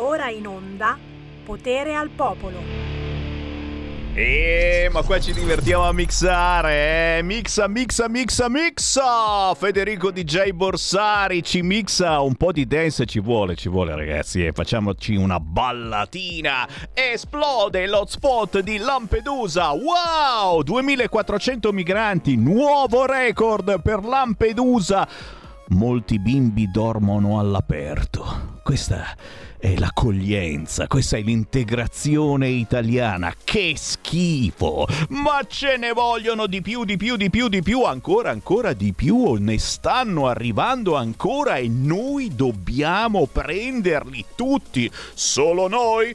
ora in onda Potere al Popolo. Ma qua ci divertiamo a mixare, Mixa! Federico DJ Borsari ci mixa un po' di dance, ci vuole ragazzi, facciamoci una ballatina. Esplode l'hotspot di Lampedusa, wow! 2400 migranti, nuovo record per Lampedusa. Molti bimbi dormono all'aperto. Questa è l'accoglienza, questa è l'integrazione italiana. Che schifo! Ma ce ne vogliono di più, ancora di più, ne stanno arrivando ancora e noi dobbiamo prenderli tutti. Solo noi,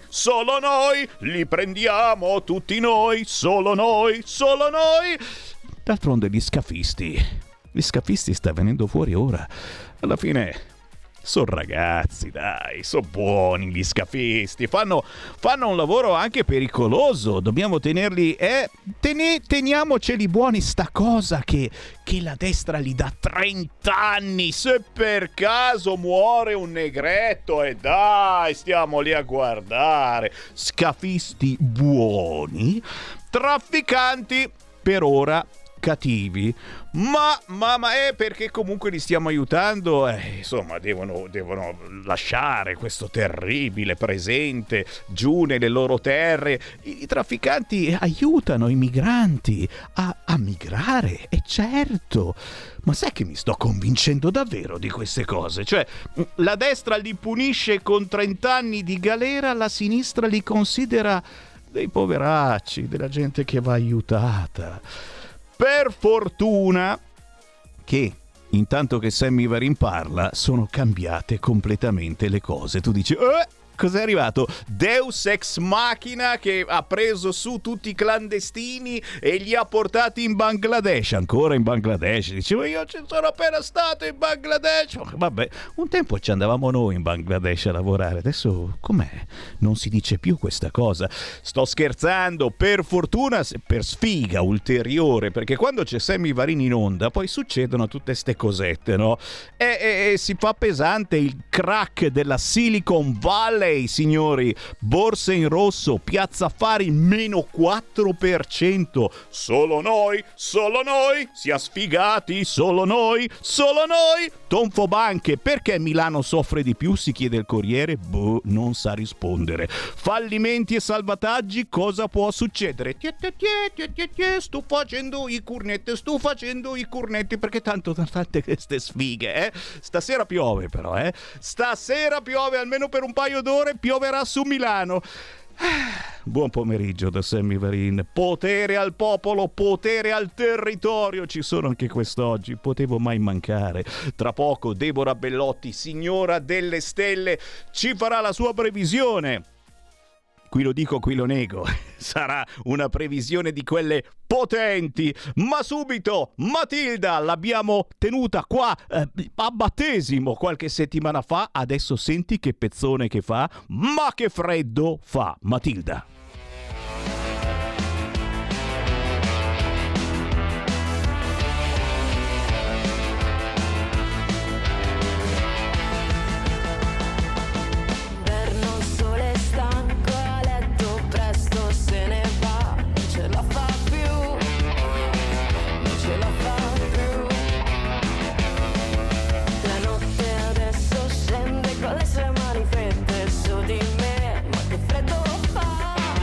li prendiamo tutti noi, solo noi. D'altronde gli scafisti sta venendo fuori ora. Alla fine sono ragazzi, dai, sono buoni gli scafisti, fanno un lavoro anche pericoloso, dobbiamo tenerli, teniamoceli buoni. Sta cosa che la destra gli dà 30 anni, se per caso muore un negretto, e dai, stiamo lì a guardare. Scafisti buoni, trafficanti per ora cattivi, ma è perché comunque li stiamo aiutando, insomma devono lasciare questo terribile presente giù nelle loro terre. I trafficanti aiutano i migranti a migrare, e certo, ma sai che mi sto convincendo davvero di queste cose? Cioè, la destra li punisce con 30 anni di galera, la sinistra li considera dei poveracci, della gente che va aiutata. Per fortuna che intanto che Sammy Varin parla sono cambiate completamente le cose. Tu dici, cos'è arrivato? Deus ex machina che ha preso su tutti i clandestini e li ha portati in Bangladesh. Ancora in Bangladesh. Dicevo, io ci sono appena stato in Bangladesh. Vabbè, un tempo ci andavamo noi in Bangladesh a lavorare. Adesso com'è? Non si dice più questa cosa. Sto scherzando, per fortuna, per sfiga ulteriore, perché quando c'è Sammy Varin in onda poi succedono tutte ste cosette, no? E si fa pesante il crack della Silicon Valley. Signori, borse in rosso, Piazza Affari meno 4%. Solo noi, sia sfigati, solo noi. Tonfo banche, perché Milano soffre di più, si chiede il Corriere? Non sa rispondere. Fallimenti e salvataggi, cosa può succedere? Sto facendo i cornetti, perché tanto tante queste sfighe, Stasera piove però, Stasera piove almeno per un paio d'ore, pioverà su Milano. Buon pomeriggio da Sammy Varin. Potere al popolo, potere al territorio. Ci sono anche quest'oggi, potevo mai mancare. Tra poco Deborah Bellotti, signora delle stelle, ci farà la sua previsione. Qui lo dico, qui lo nego. Sarà una previsione di quelle potenti. Ma subito, Matilda, l'abbiamo tenuta qua a battesimo qualche settimana fa. Adesso senti che pezzone che fa. Ma che freddo fa, Matilda. Con le sue mani fredde su di me, ma che freddo fa.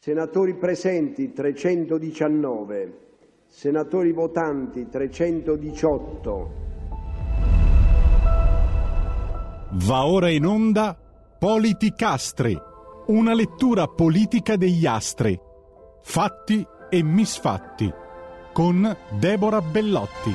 Senatori presenti 319, senatori votanti 318. Va ora in onda Politicastri, una lettura politica degli astri, fatti e misfatti, con Deborah Bellotti.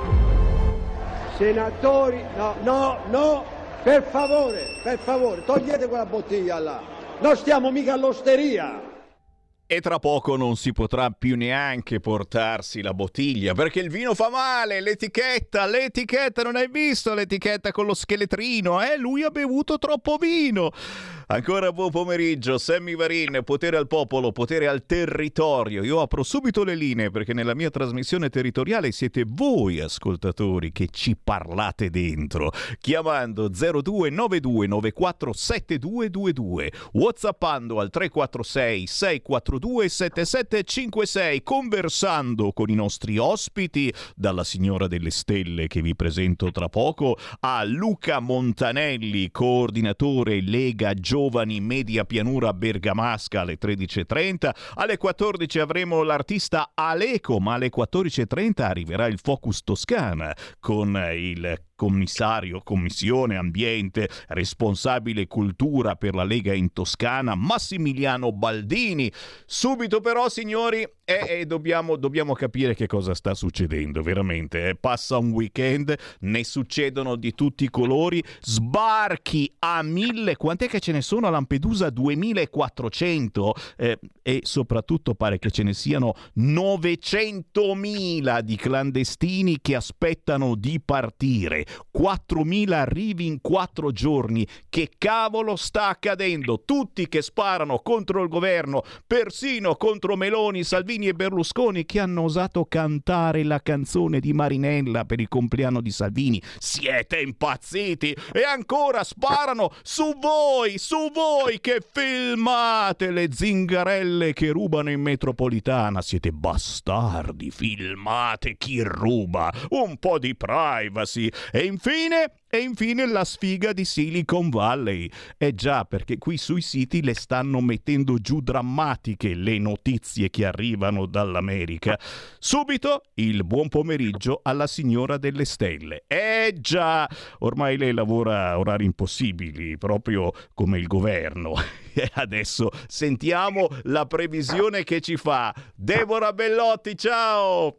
Senatori, no, per favore, togliete quella bottiglia là, non stiamo mica all'osteria. E tra poco non si potrà più neanche portarsi la bottiglia, perché il vino fa male. L'etichetta, non hai visto l'etichetta con lo scheletrino? Lui ha bevuto troppo vino. Ancora buon pomeriggio, Sammy Varin, potere al popolo, potere al territorio. Io apro subito le linee perché nella mia trasmissione territoriale siete voi ascoltatori che ci parlate dentro, chiamando 0292 94 7222, whatsappando al 346 642 7756, conversando con i nostri ospiti, dalla signora delle stelle che vi presento tra poco a Luca Montanelli, coordinatore Lega Giovani Media Pianura Bergamasca, alle 13.30. Alle 14 avremo l'artista Aleco, ma alle 14.30 arriverà il Focus Toscana con il commissione ambiente, responsabile cultura per la Lega in Toscana, Massimiliano Baldini. Subito però, signori, dobbiamo capire che cosa sta succedendo veramente. Passa un weekend, ne succedono di tutti i colori, sbarchi a 1000, quant'è che ce ne sono a Lampedusa? 2400, e soprattutto pare che ce ne siano 900.000 di clandestini che aspettano di partire. 4.000 arrivi in 4 giorni. Che cavolo sta accadendo? Tutti che sparano contro il governo, persino contro Meloni, Salvini e Berlusconi, che hanno osato cantare la canzone di Marinella per il compleanno di Salvini. Siete impazziti! E ancora sparano su voi che filmate le zingarelle che rubano in metropolitana. Siete bastardi, filmate chi ruba. Un po' di privacy. E infine la sfiga di Silicon Valley. Già, perché qui sui siti le stanno mettendo giù drammatiche le notizie che arrivano dall'America. Subito il buon pomeriggio alla signora delle stelle. Già, ormai lei lavora a orari impossibili, proprio come il governo. E adesso sentiamo la previsione che ci fa Deborah Bellotti. Ciao!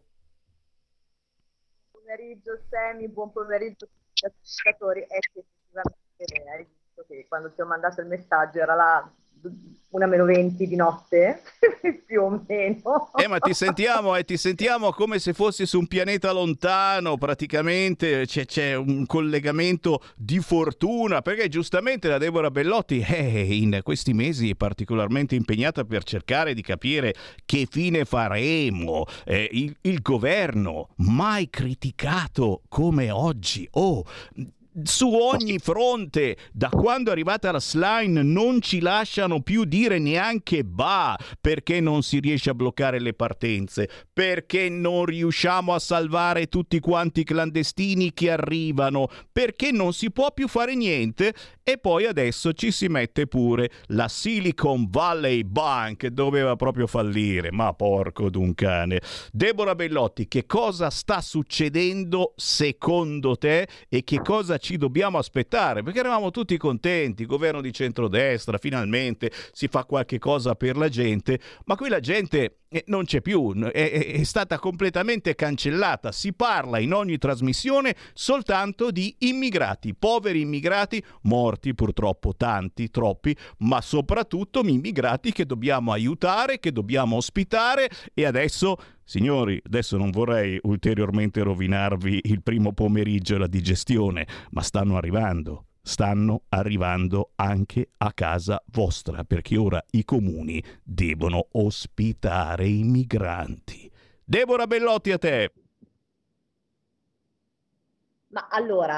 Buon pomeriggio Semi, buon pomeriggio agli ascoltatori. Effettivamente hai visto che quando ti ho mandato il messaggio era la 1:20 di notte, più o meno. Ma ti sentiamo come se fossi su un pianeta lontano, praticamente c'è un collegamento di fortuna, perché giustamente la Deborah Bellotti in questi mesi è particolarmente impegnata per cercare di capire che fine faremo. Il governo mai criticato come oggi. Su ogni fronte, da quando è arrivata la Schlein non ci lasciano più dire neanche bah, perché non si riesce a bloccare le partenze, perché non riusciamo a salvare tutti quanti i clandestini che arrivano, perché non si può più fare niente. E poi adesso ci si mette pure la Silicon Valley Bank, doveva proprio fallire, ma porco d'un cane. Deborah Bellotti, che cosa sta succedendo secondo te e che cosa ci dobbiamo aspettare? Perché eravamo tutti contenti, governo di centrodestra, finalmente si fa qualche cosa per la gente, ma qui la gente non c'è più, è stata completamente cancellata. Si parla in ogni trasmissione soltanto di immigrati, poveri immigrati, morti purtroppo tanti, troppi, ma soprattutto immigrati che dobbiamo aiutare, che dobbiamo ospitare. E adesso, signori, adesso non vorrei ulteriormente rovinarvi il primo pomeriggio e la digestione, ma stanno arrivando anche a casa vostra, perché ora i comuni devono ospitare i migranti. Deborah Bellotti, a te. Ma allora,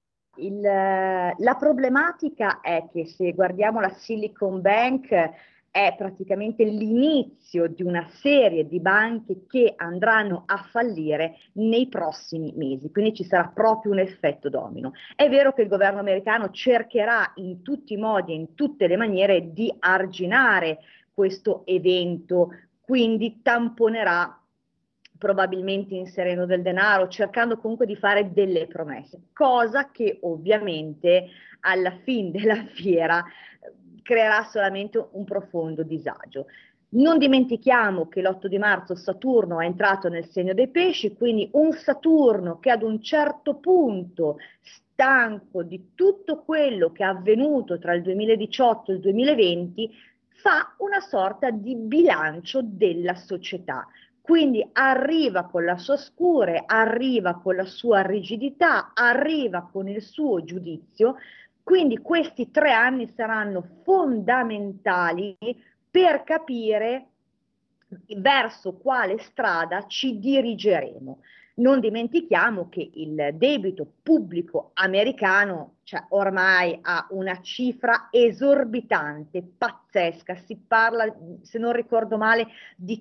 la problematica è che se guardiamo la Silicon Bank è praticamente l'inizio di una serie di banche che andranno a fallire nei prossimi mesi, quindi ci sarà proprio un effetto domino. È vero che il governo americano cercherà in tutti i modi e in tutte le maniere di arginare questo evento, quindi tamponerà probabilmente inserendo del denaro, cercando comunque di fare delle promesse, cosa che ovviamente alla fine della fiera creerà solamente un profondo disagio. Non dimentichiamo che l'8 di marzo Saturno è entrato nel segno dei pesci, quindi un Saturno che ad un certo punto, stanco di tutto quello che è avvenuto tra il 2018 e il 2020, fa una sorta di bilancio della società. Quindi arriva con la sua scure, arriva con la sua rigidità, arriva con il suo giudizio. Quindi questi 3 anni saranno fondamentali per capire verso quale strada ci dirigeremo. Non dimentichiamo che il debito pubblico americano, cioè, ormai ha una cifra esorbitante, pazzesca, si parla, se non ricordo male, di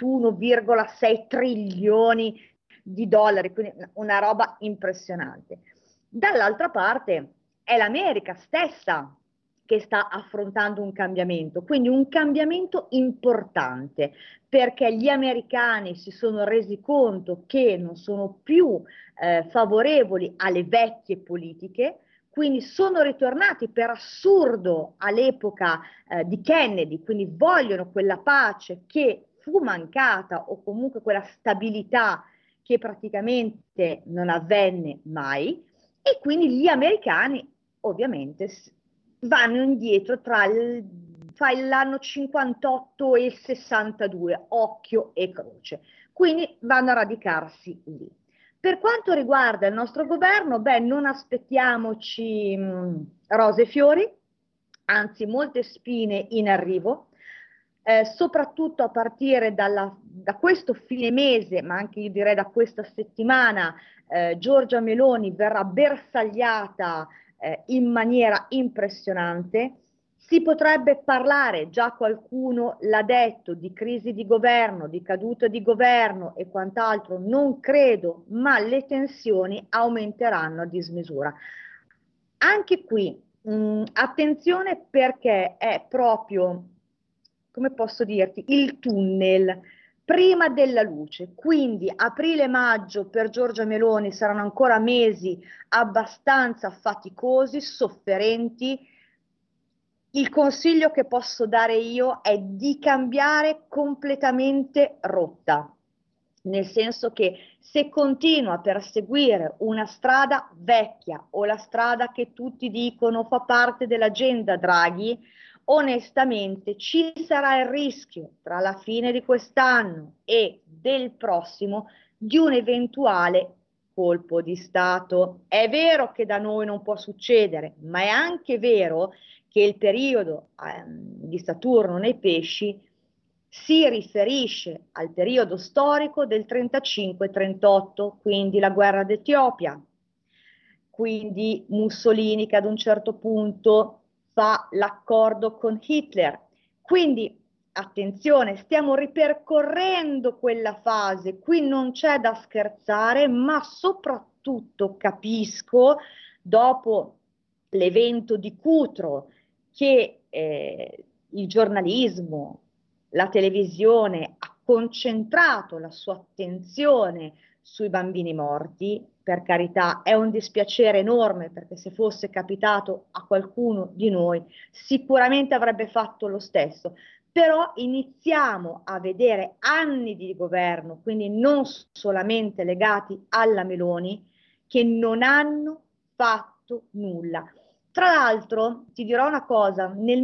31,6 trilioni di dollari, quindi una roba impressionante. Dall'altra parte è l'America stessa che sta affrontando un cambiamento, quindi un cambiamento importante, perché gli americani si sono resi conto che non sono più favorevoli alle vecchie politiche, quindi sono ritornati per assurdo all'epoca di Kennedy, quindi vogliono quella pace che fu mancata o comunque quella stabilità che praticamente non avvenne mai, e quindi gli americani ovviamente vanno indietro tra l'anno 58 e il 62, occhio e croce, quindi vanno a radicarsi lì. Per quanto riguarda il nostro governo, beh, non aspettiamoci rose e fiori, anzi molte spine in arrivo, soprattutto a partire da questo fine mese, ma anche io direi da questa settimana, Giorgia Meloni verrà bersagliata in maniera impressionante. Si potrebbe parlare, già qualcuno l'ha detto, di crisi di governo, di caduta di governo e quant'altro, non credo, ma le tensioni aumenteranno a dismisura. Anche qui, attenzione, perché è proprio, come posso dirti, il tunnel prima della luce, quindi aprile e maggio per Giorgia Meloni saranno ancora mesi abbastanza faticosi, sofferenti. Il consiglio che posso dare io è di cambiare completamente rotta, nel senso che se continua a perseguire una strada vecchia o la strada che tutti dicono fa parte dell'agenda Draghi, onestamente ci sarà il rischio tra la fine di quest'anno e del prossimo di un eventuale colpo di Stato. È vero che da noi non può succedere, ma è anche vero che il periodo di Saturno nei pesci si riferisce al periodo storico del 35-38, quindi la guerra d'Etiopia, quindi Mussolini che ad un certo punto fa l'accordo con Hitler. Quindi attenzione, stiamo ripercorrendo quella fase, qui non c'è da scherzare, ma soprattutto capisco, dopo l'evento di Cutro, che il giornalismo, la televisione ha concentrato la sua attenzione sui bambini morti. Per carità, è un dispiacere enorme, perché se fosse capitato a qualcuno di noi sicuramente avrebbe fatto lo stesso, però iniziamo a vedere anni di governo, quindi non solamente legati alla Meloni, che non hanno fatto nulla. Tra l'altro, ti dirò una cosa, nel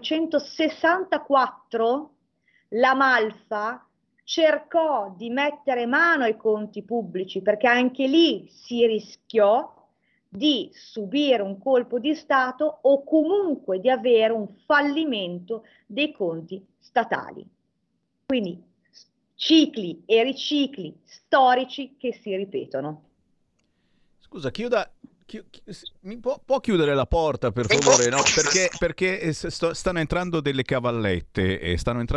1964 la Malfa cercò di mettere mano ai conti pubblici, perché anche lì si rischiò di subire un colpo di Stato o comunque di avere un fallimento dei conti statali. Quindi cicli e ricicli storici che si ripetono. Scusa, può chiudere la porta per favore, no? Perché stanno entrando delle cavallette,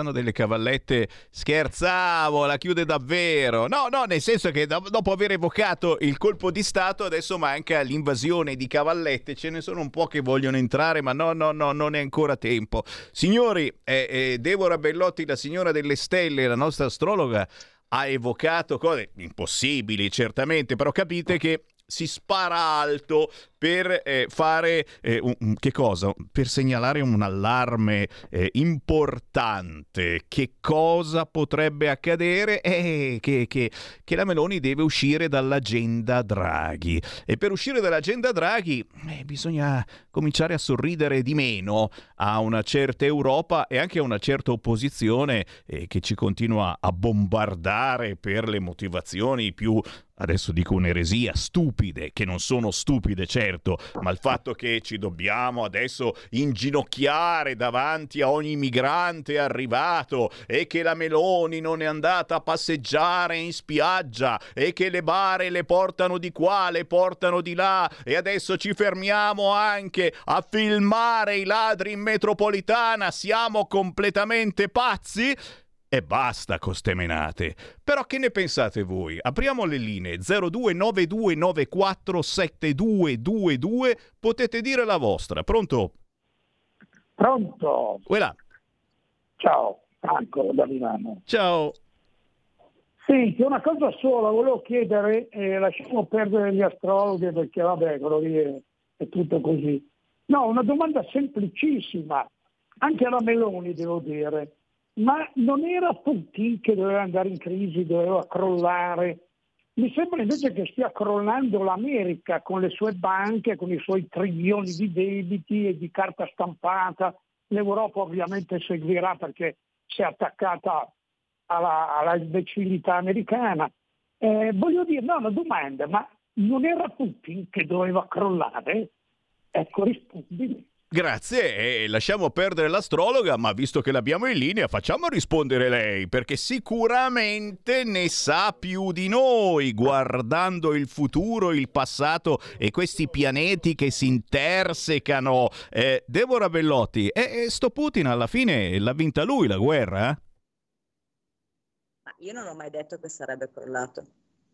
scherzavo, la chiude davvero. No, nel senso che dopo aver evocato il colpo di stato adesso manca l'invasione di cavallette, ce ne sono un po' che vogliono entrare, ma no, non è ancora tempo. Signori, Deborah Bellotti, la signora delle stelle, la nostra astrologa, ha evocato cose impossibili, certamente, però capite che si spara alto per fare che cosa? Per segnalare un allarme importante. Che cosa potrebbe accadere? Che la Meloni deve uscire dall'agenda Draghi. E per uscire dall'agenda Draghi bisogna cominciare a sorridere di meno a una certa Europa e anche a una certa opposizione che ci continua a bombardare per le motivazioni più, adesso dico un'eresia, stupide, che non sono stupide certo, ma il fatto che ci dobbiamo adesso inginocchiare davanti a ogni migrante arrivato e che la Meloni non è andata a passeggiare in spiaggia e che le bare le portano di qua, le portano di là e adesso ci fermiamo anche a filmare i ladri in metropolitana, siamo completamente pazzi? E basta con ste menate. Però che ne pensate voi? Apriamo le linee 0292947222, potete dire la vostra. Pronto? Pronto? Uela. Ciao, Franco da Milano. Ciao. Senti, una cosa sola, volevo chiedere, lasciamo perdere gli astrologhi perché vabbè, quello lì è tutto così. No, una domanda semplicissima, anche alla Meloni devo dire. Ma non era Putin che doveva andare in crisi, doveva crollare? Mi sembra invece che stia crollando l'America con le sue banche, con i suoi trilioni di debiti e di carta stampata. L'Europa ovviamente seguirà perché si è attaccata alla imbecillità americana. Voglio dire, no, una domanda, ma non era Putin che doveva crollare? Ecco, rispondi. Grazie, lasciamo perdere l'astrologa, ma visto che l'abbiamo in linea facciamo rispondere lei, perché sicuramente ne sa più di noi, guardando il futuro, il passato e questi pianeti che si intersecano. Deborah Bellotti, sto Putin alla fine l'ha vinta lui la guerra? Ma io non ho mai detto che sarebbe crollato.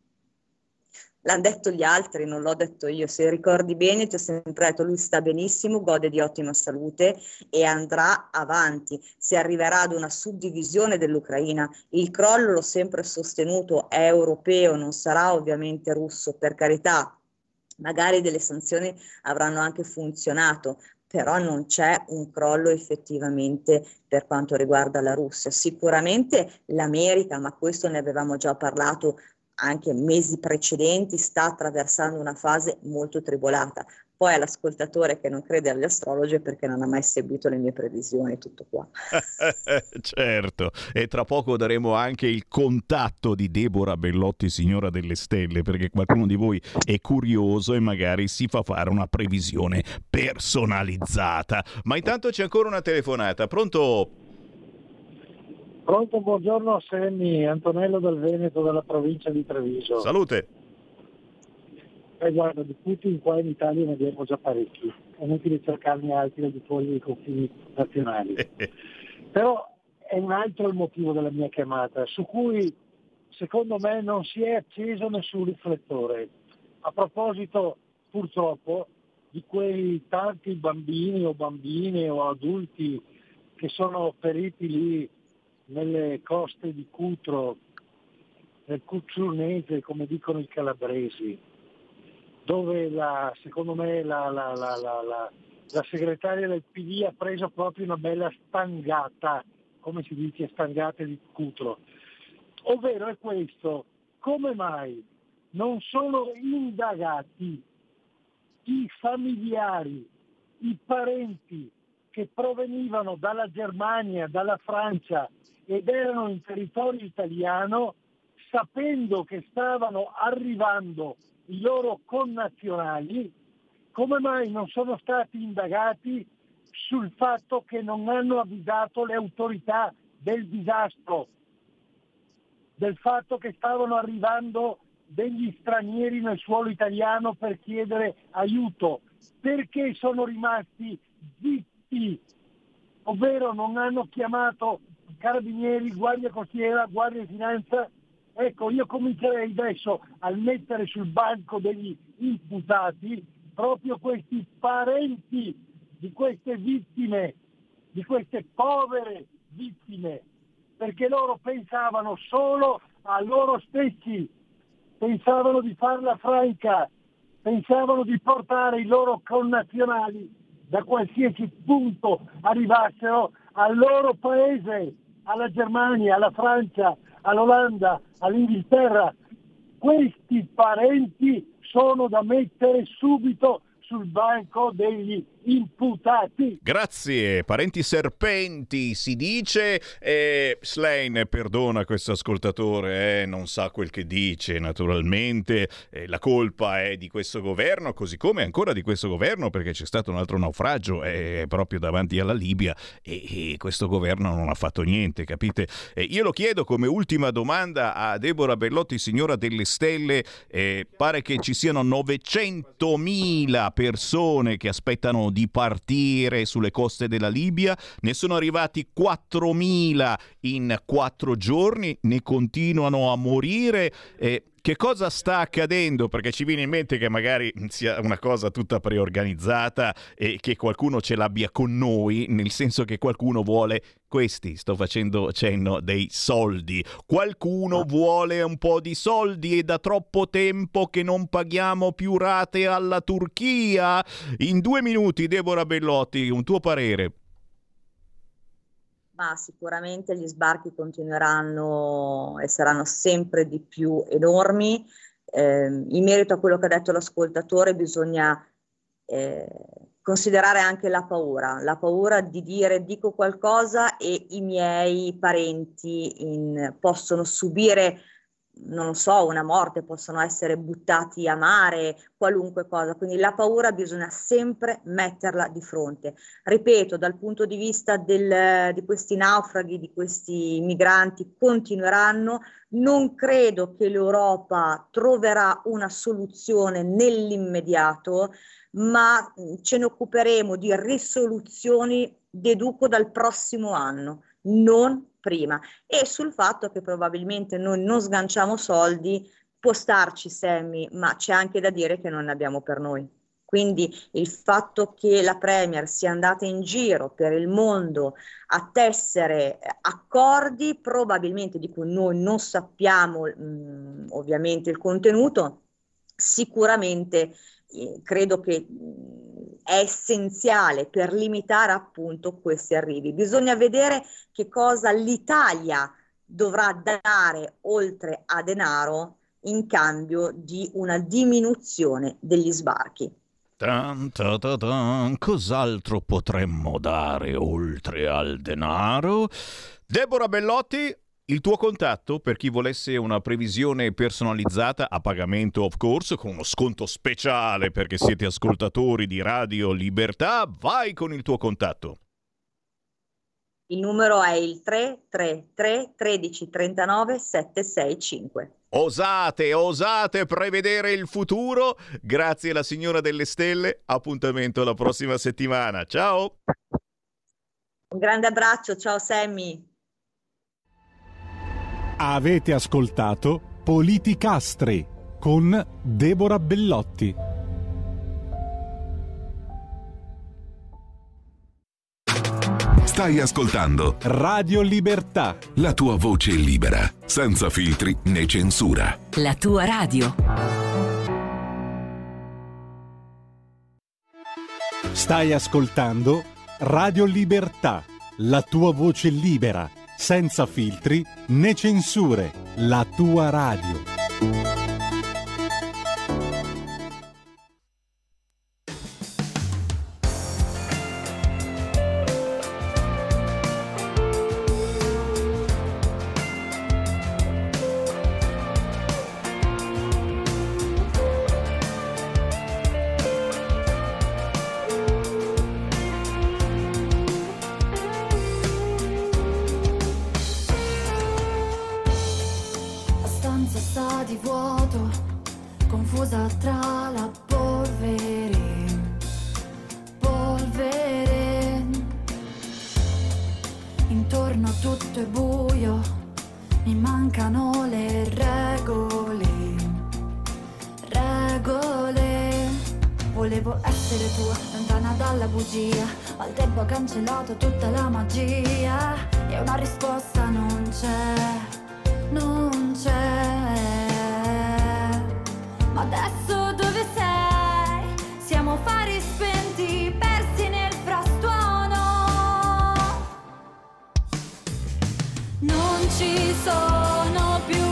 L'hanno detto gli altri, non l'ho detto io. Se ricordi bene, ti ho sempre detto, lui sta benissimo, gode di ottima salute e andrà avanti. Si arriverà ad una suddivisione dell'Ucraina. Il crollo, l'ho sempre sostenuto, è europeo, non sarà ovviamente russo, per carità. Magari delle sanzioni avranno anche funzionato, però non c'è un crollo effettivamente per quanto riguarda la Russia. Sicuramente l'America, ma questo ne avevamo già parlato anche mesi precedenti, sta attraversando una fase molto tribolata. Poi all'ascoltatore che non crede agli astrologi perché non ha mai seguito le mie previsioni, tutto qua. Certo, e tra poco daremo anche il contatto di Deborah Bellotti, signora delle stelle, perché qualcuno di voi è curioso e magari si fa fare una previsione personalizzata. Ma intanto c'è ancora una telefonata. Pronto? Pronto, buongiorno a Semmi, Antonello del Veneto, della provincia di Treviso. Salute. Guarda, di Putin qua in Italia ne abbiamo già parecchi, è inutile cercarne altri al di fuori dei confini nazionali. Però è un altro il motivo della mia chiamata, su cui secondo me non si è acceso nessun riflettore. A proposito, purtroppo, di quei tanti bambini o bambine o adulti che sono feriti lì nelle coste di Cutro, nel Cuzzurnese, come dicono i calabresi, dove secondo me la segretaria del PD ha preso proprio una bella stangata, come si dice, stangate di Cutro. Ovvero è questo: come mai non sono indagati i familiari, i parenti che provenivano dalla Germania, dalla Francia ed erano in territorio italiano, sapendo che stavano arrivando i loro connazionali? Come mai non sono stati indagati sul fatto che non hanno avvisato le autorità del disastro, del fatto che stavano arrivando degli stranieri nel suolo italiano per chiedere aiuto? Perché sono rimasti zitti, ovvero non hanno chiamato carabinieri, guardia costiera, guardia di finanza? Ecco, io comincerei adesso a mettere sul banco degli imputati proprio questi parenti di queste vittime, di queste povere vittime, perché loro pensavano solo a loro stessi, pensavano di farla franca, pensavano di portare i loro connazionali da qualsiasi punto arrivassero al loro paese, alla Germania, alla Francia, all'Olanda, all'Inghilterra. Questi parenti sono da mettere subito sul banco degli imputati. Grazie, parenti serpenti si dice. Slane perdona questo ascoltatore, non sa quel che dice, naturalmente la colpa è di questo governo, così come ancora di questo governo, perché c'è stato un altro naufragio proprio davanti alla Libia e questo governo non ha fatto niente, capite? Io lo chiedo come ultima domanda a Deborah Bellotti, signora delle stelle. Pare che ci siano 900.000 persone che aspettano di partire sulle coste della Libia, ne sono arrivati 4.000 in 4 giorni, ne continuano a morire. Che cosa sta accadendo? Perché ci viene in mente che magari sia una cosa tutta preorganizzata e che qualcuno ce l'abbia con noi, nel senso che qualcuno vuole sto facendo cenno dei soldi. Qualcuno vuole un po' di soldi e da troppo tempo che non paghiamo più rate alla Turchia. In 2 minuti, Deborah Bellotti, un tuo parere? Ma sicuramente gli sbarchi continueranno e saranno sempre di più enormi. In merito a quello che ha detto l'ascoltatore, bisogna considerare anche la paura di dire dico qualcosa e i miei parenti possono subire, non lo so, una morte, possono essere buttati a mare, qualunque cosa. Quindi la paura bisogna sempre metterla di fronte. Ripeto, dal punto di vista di questi naufraghi, di questi migranti, continueranno. Non credo che l'Europa troverà una soluzione nell'immediato, ma ce ne occuperemo di risoluzioni, deduco, dal prossimo anno, non prima. E sul fatto che probabilmente noi non sganciamo soldi, può starci, Sammy, ma c'è anche da dire che non ne abbiamo per noi. Quindi il fatto che la Premier sia andata in giro per il mondo a tessere accordi, probabilmente di cui noi non sappiamo ovviamente il contenuto, sicuramente credo che è essenziale per limitare appunto questi arrivi. Bisogna vedere che cosa l'Italia dovrà dare oltre a denaro in cambio di una diminuzione degli sbarchi. Cos'altro potremmo dare oltre al denaro? Deborah Bellotti, il tuo contatto per chi volesse una previsione personalizzata a pagamento, of course, con uno sconto speciale perché siete ascoltatori di Radio Libertà, vai con il tuo contatto. Il numero è il 333 13 39 765. Osate prevedere il futuro. Grazie alla signora delle stelle. Appuntamento la prossima settimana. Ciao. Un grande abbraccio. Ciao Sammy. Avete ascoltato Politicastri con Deborah Bellotti. Stai ascoltando Radio Libertà, la tua voce libera, senza filtri né censura. La tua radio. Stai ascoltando Radio Libertà, la tua voce libera, senza filtri né censure. La tua radio. Stanza Volevo essere tua, lontana dalla bugia. Al tempo ho cancellato tutta la magia. E una risposta non c'è, non c'è. Ma adesso dove sei? Siamo fari spenti, persi nel frastuono. Non ci sono più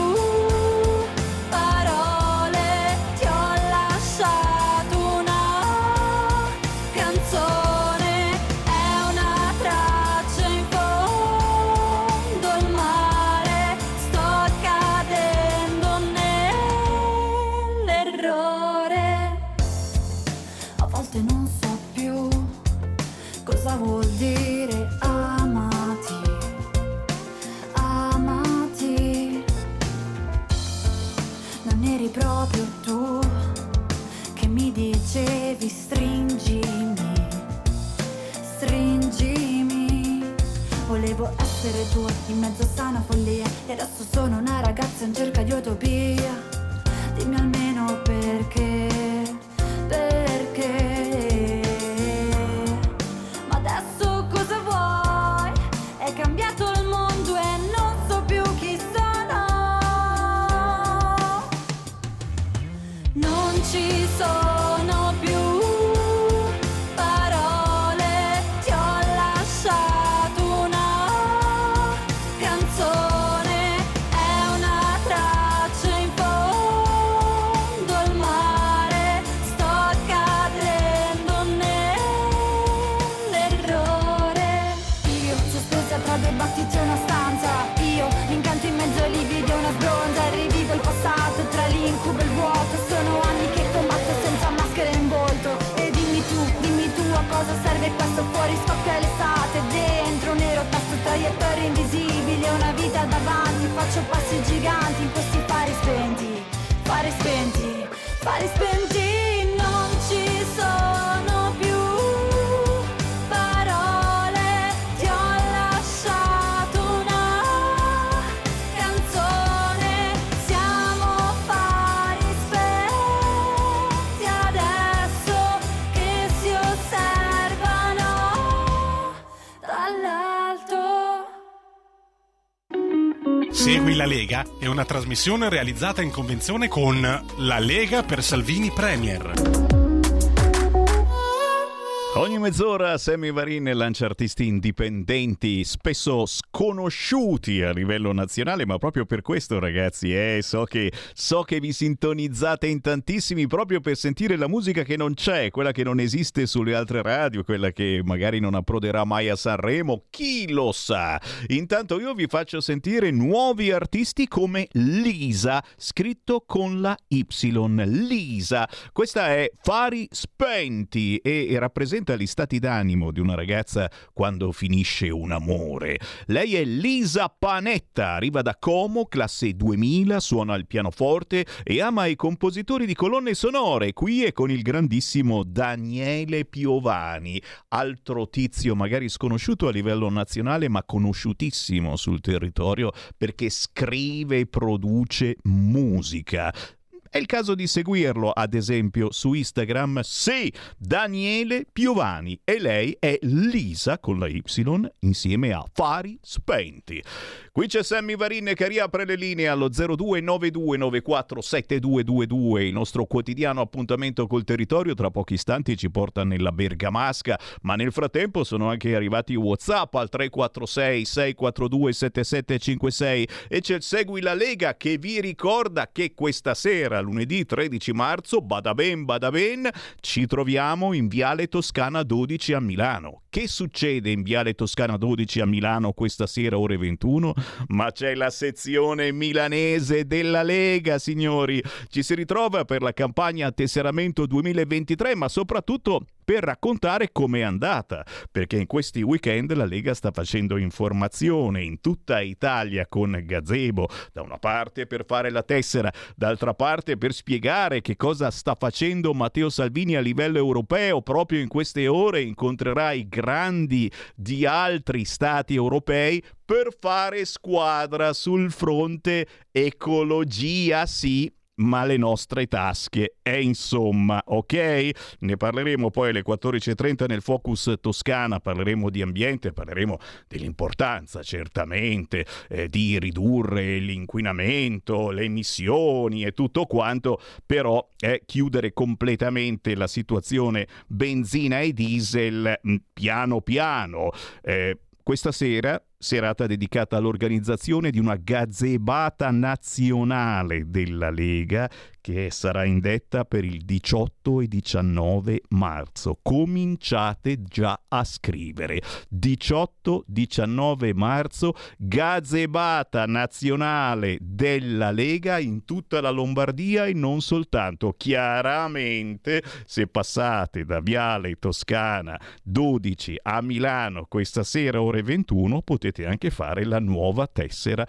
vuol dire amati, amati. Non eri proprio tu che mi dicevi stringimi, stringimi. Volevo essere tua in mezzo a sana follia e adesso sono una ragazza in cerca di utopia. Dimmi almeno perché, perché. È cambiato il mondo e non so più chi sono. Non ci sono più parole, ti ho lasciato una canzone, è una traccia in fondo al mare, sto cadendo nell'errore. Io sospesa tra due battiti e una stanza, io incanto in mezzo ai lividi e una sbronza, rivivo il passato tra l'incubo e il vuoto. Sono anni che combatto senza maschera in volto. E dimmi tu a cosa serve questo, fuori scoppia l'estate, dentro nero tasto traiettorie invisibili, una vita davanti, faccio passi giganti in questi fari spenti, fari spenti, fari spenti. Non ci sono più parole, ti ho lasciato una canzone, siamo fari spenti adesso che si osservano dall'alto. Segui la Lega è una trasmissione realizzata in convenzione con La Lega per Salvini Premier. Ogni mezz'ora Sammy Varin lancia artisti indipendenti, spesso sconosciuti a livello nazionale, ma proprio per questo, ragazzi, so che vi sintonizzate in tantissimi proprio per sentire la musica che non c'è, quella che non esiste sulle altre radio, quella che magari non approderà mai a Sanremo, chi lo sa. Intanto io vi faccio sentire nuovi artisti come Lisa, scritto con la Y, Lisa. Questa è Fari Spenti e rappresenta gli stati d'animo di una ragazza quando finisce un amore. Lei è Lisa Panetta, arriva da Como, classe 2000, suona il pianoforte e ama i compositori di colonne sonore. Qui è con il grandissimo Daniele Piovani, altro tizio magari sconosciuto a livello nazionale ma conosciutissimo sul territorio perché scrive e produce musica. È il caso di seguirlo, ad esempio, su Instagram, sì, Daniele Piovani, e lei è Lisa, con la Y, insieme a Fari Spenti. Qui c'è Sammy Varin che riapre le linee allo 0292947222, il nostro quotidiano appuntamento col territorio, tra pochi istanti ci porta nella Bergamasca, ma nel frattempo sono anche arrivati WhatsApp al 346 642 7756 e c'è il Segui la Lega che vi ricorda che questa sera, lunedì 13 marzo, bada ben, ci troviamo in Viale Toscana 12 a Milano. Che succede in Viale Toscana 12 a Milano questa sera ore 21? Ma c'è la sezione milanese della Lega, signori. Ci si ritrova per la campagna Tesseramento 2023, ma soprattutto per raccontare com'è andata, perché in questi weekend la Lega sta facendo informazione in tutta Italia con gazebo, da una parte per fare la tessera, d'altra parte per spiegare che cosa sta facendo Matteo Salvini a livello europeo. Proprio in queste ore incontrerà i grandi di altri stati europei per fare squadra sul fronte ecologia, sì, ma le nostre tasche, insomma, ok? Ne parleremo poi alle 14.30 nel Focus Toscana, parleremo di ambiente, parleremo dell'importanza certamente di ridurre l'inquinamento, le emissioni e tutto quanto, però chiudere completamente la situazione benzina e diesel piano piano. Questa sera, serata dedicata all'organizzazione di una gazebata nazionale della Lega che sarà indetta per il 18 e 19 marzo. Cominciate già a scrivere. 18-19 marzo, gazebata nazionale della Lega in tutta la Lombardia e non soltanto. Chiaramente, se passate da Viale Toscana 12 a Milano questa sera ore 21, potete anche fare la nuova tessera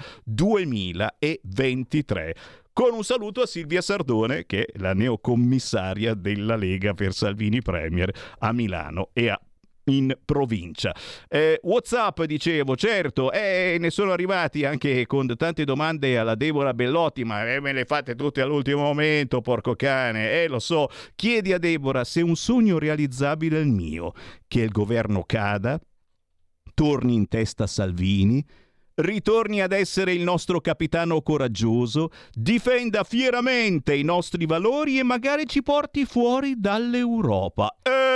2023. Con un saluto a Silvia Sardone, che è la neocommissaria della Lega per Salvini Premier a Milano e in provincia. WhatsApp, dicevo, certo, ne sono arrivati anche con tante domande alla Deborah Bellotti, ma me le fate tutte all'ultimo momento, porco cane, lo so. Chiedi a Deborah se è un sogno realizzabile il mio, che il governo cada, torni in testa Salvini, ritorni ad essere il nostro capitano coraggioso, difenda fieramente i nostri valori e magari ci porti fuori dall'Europa.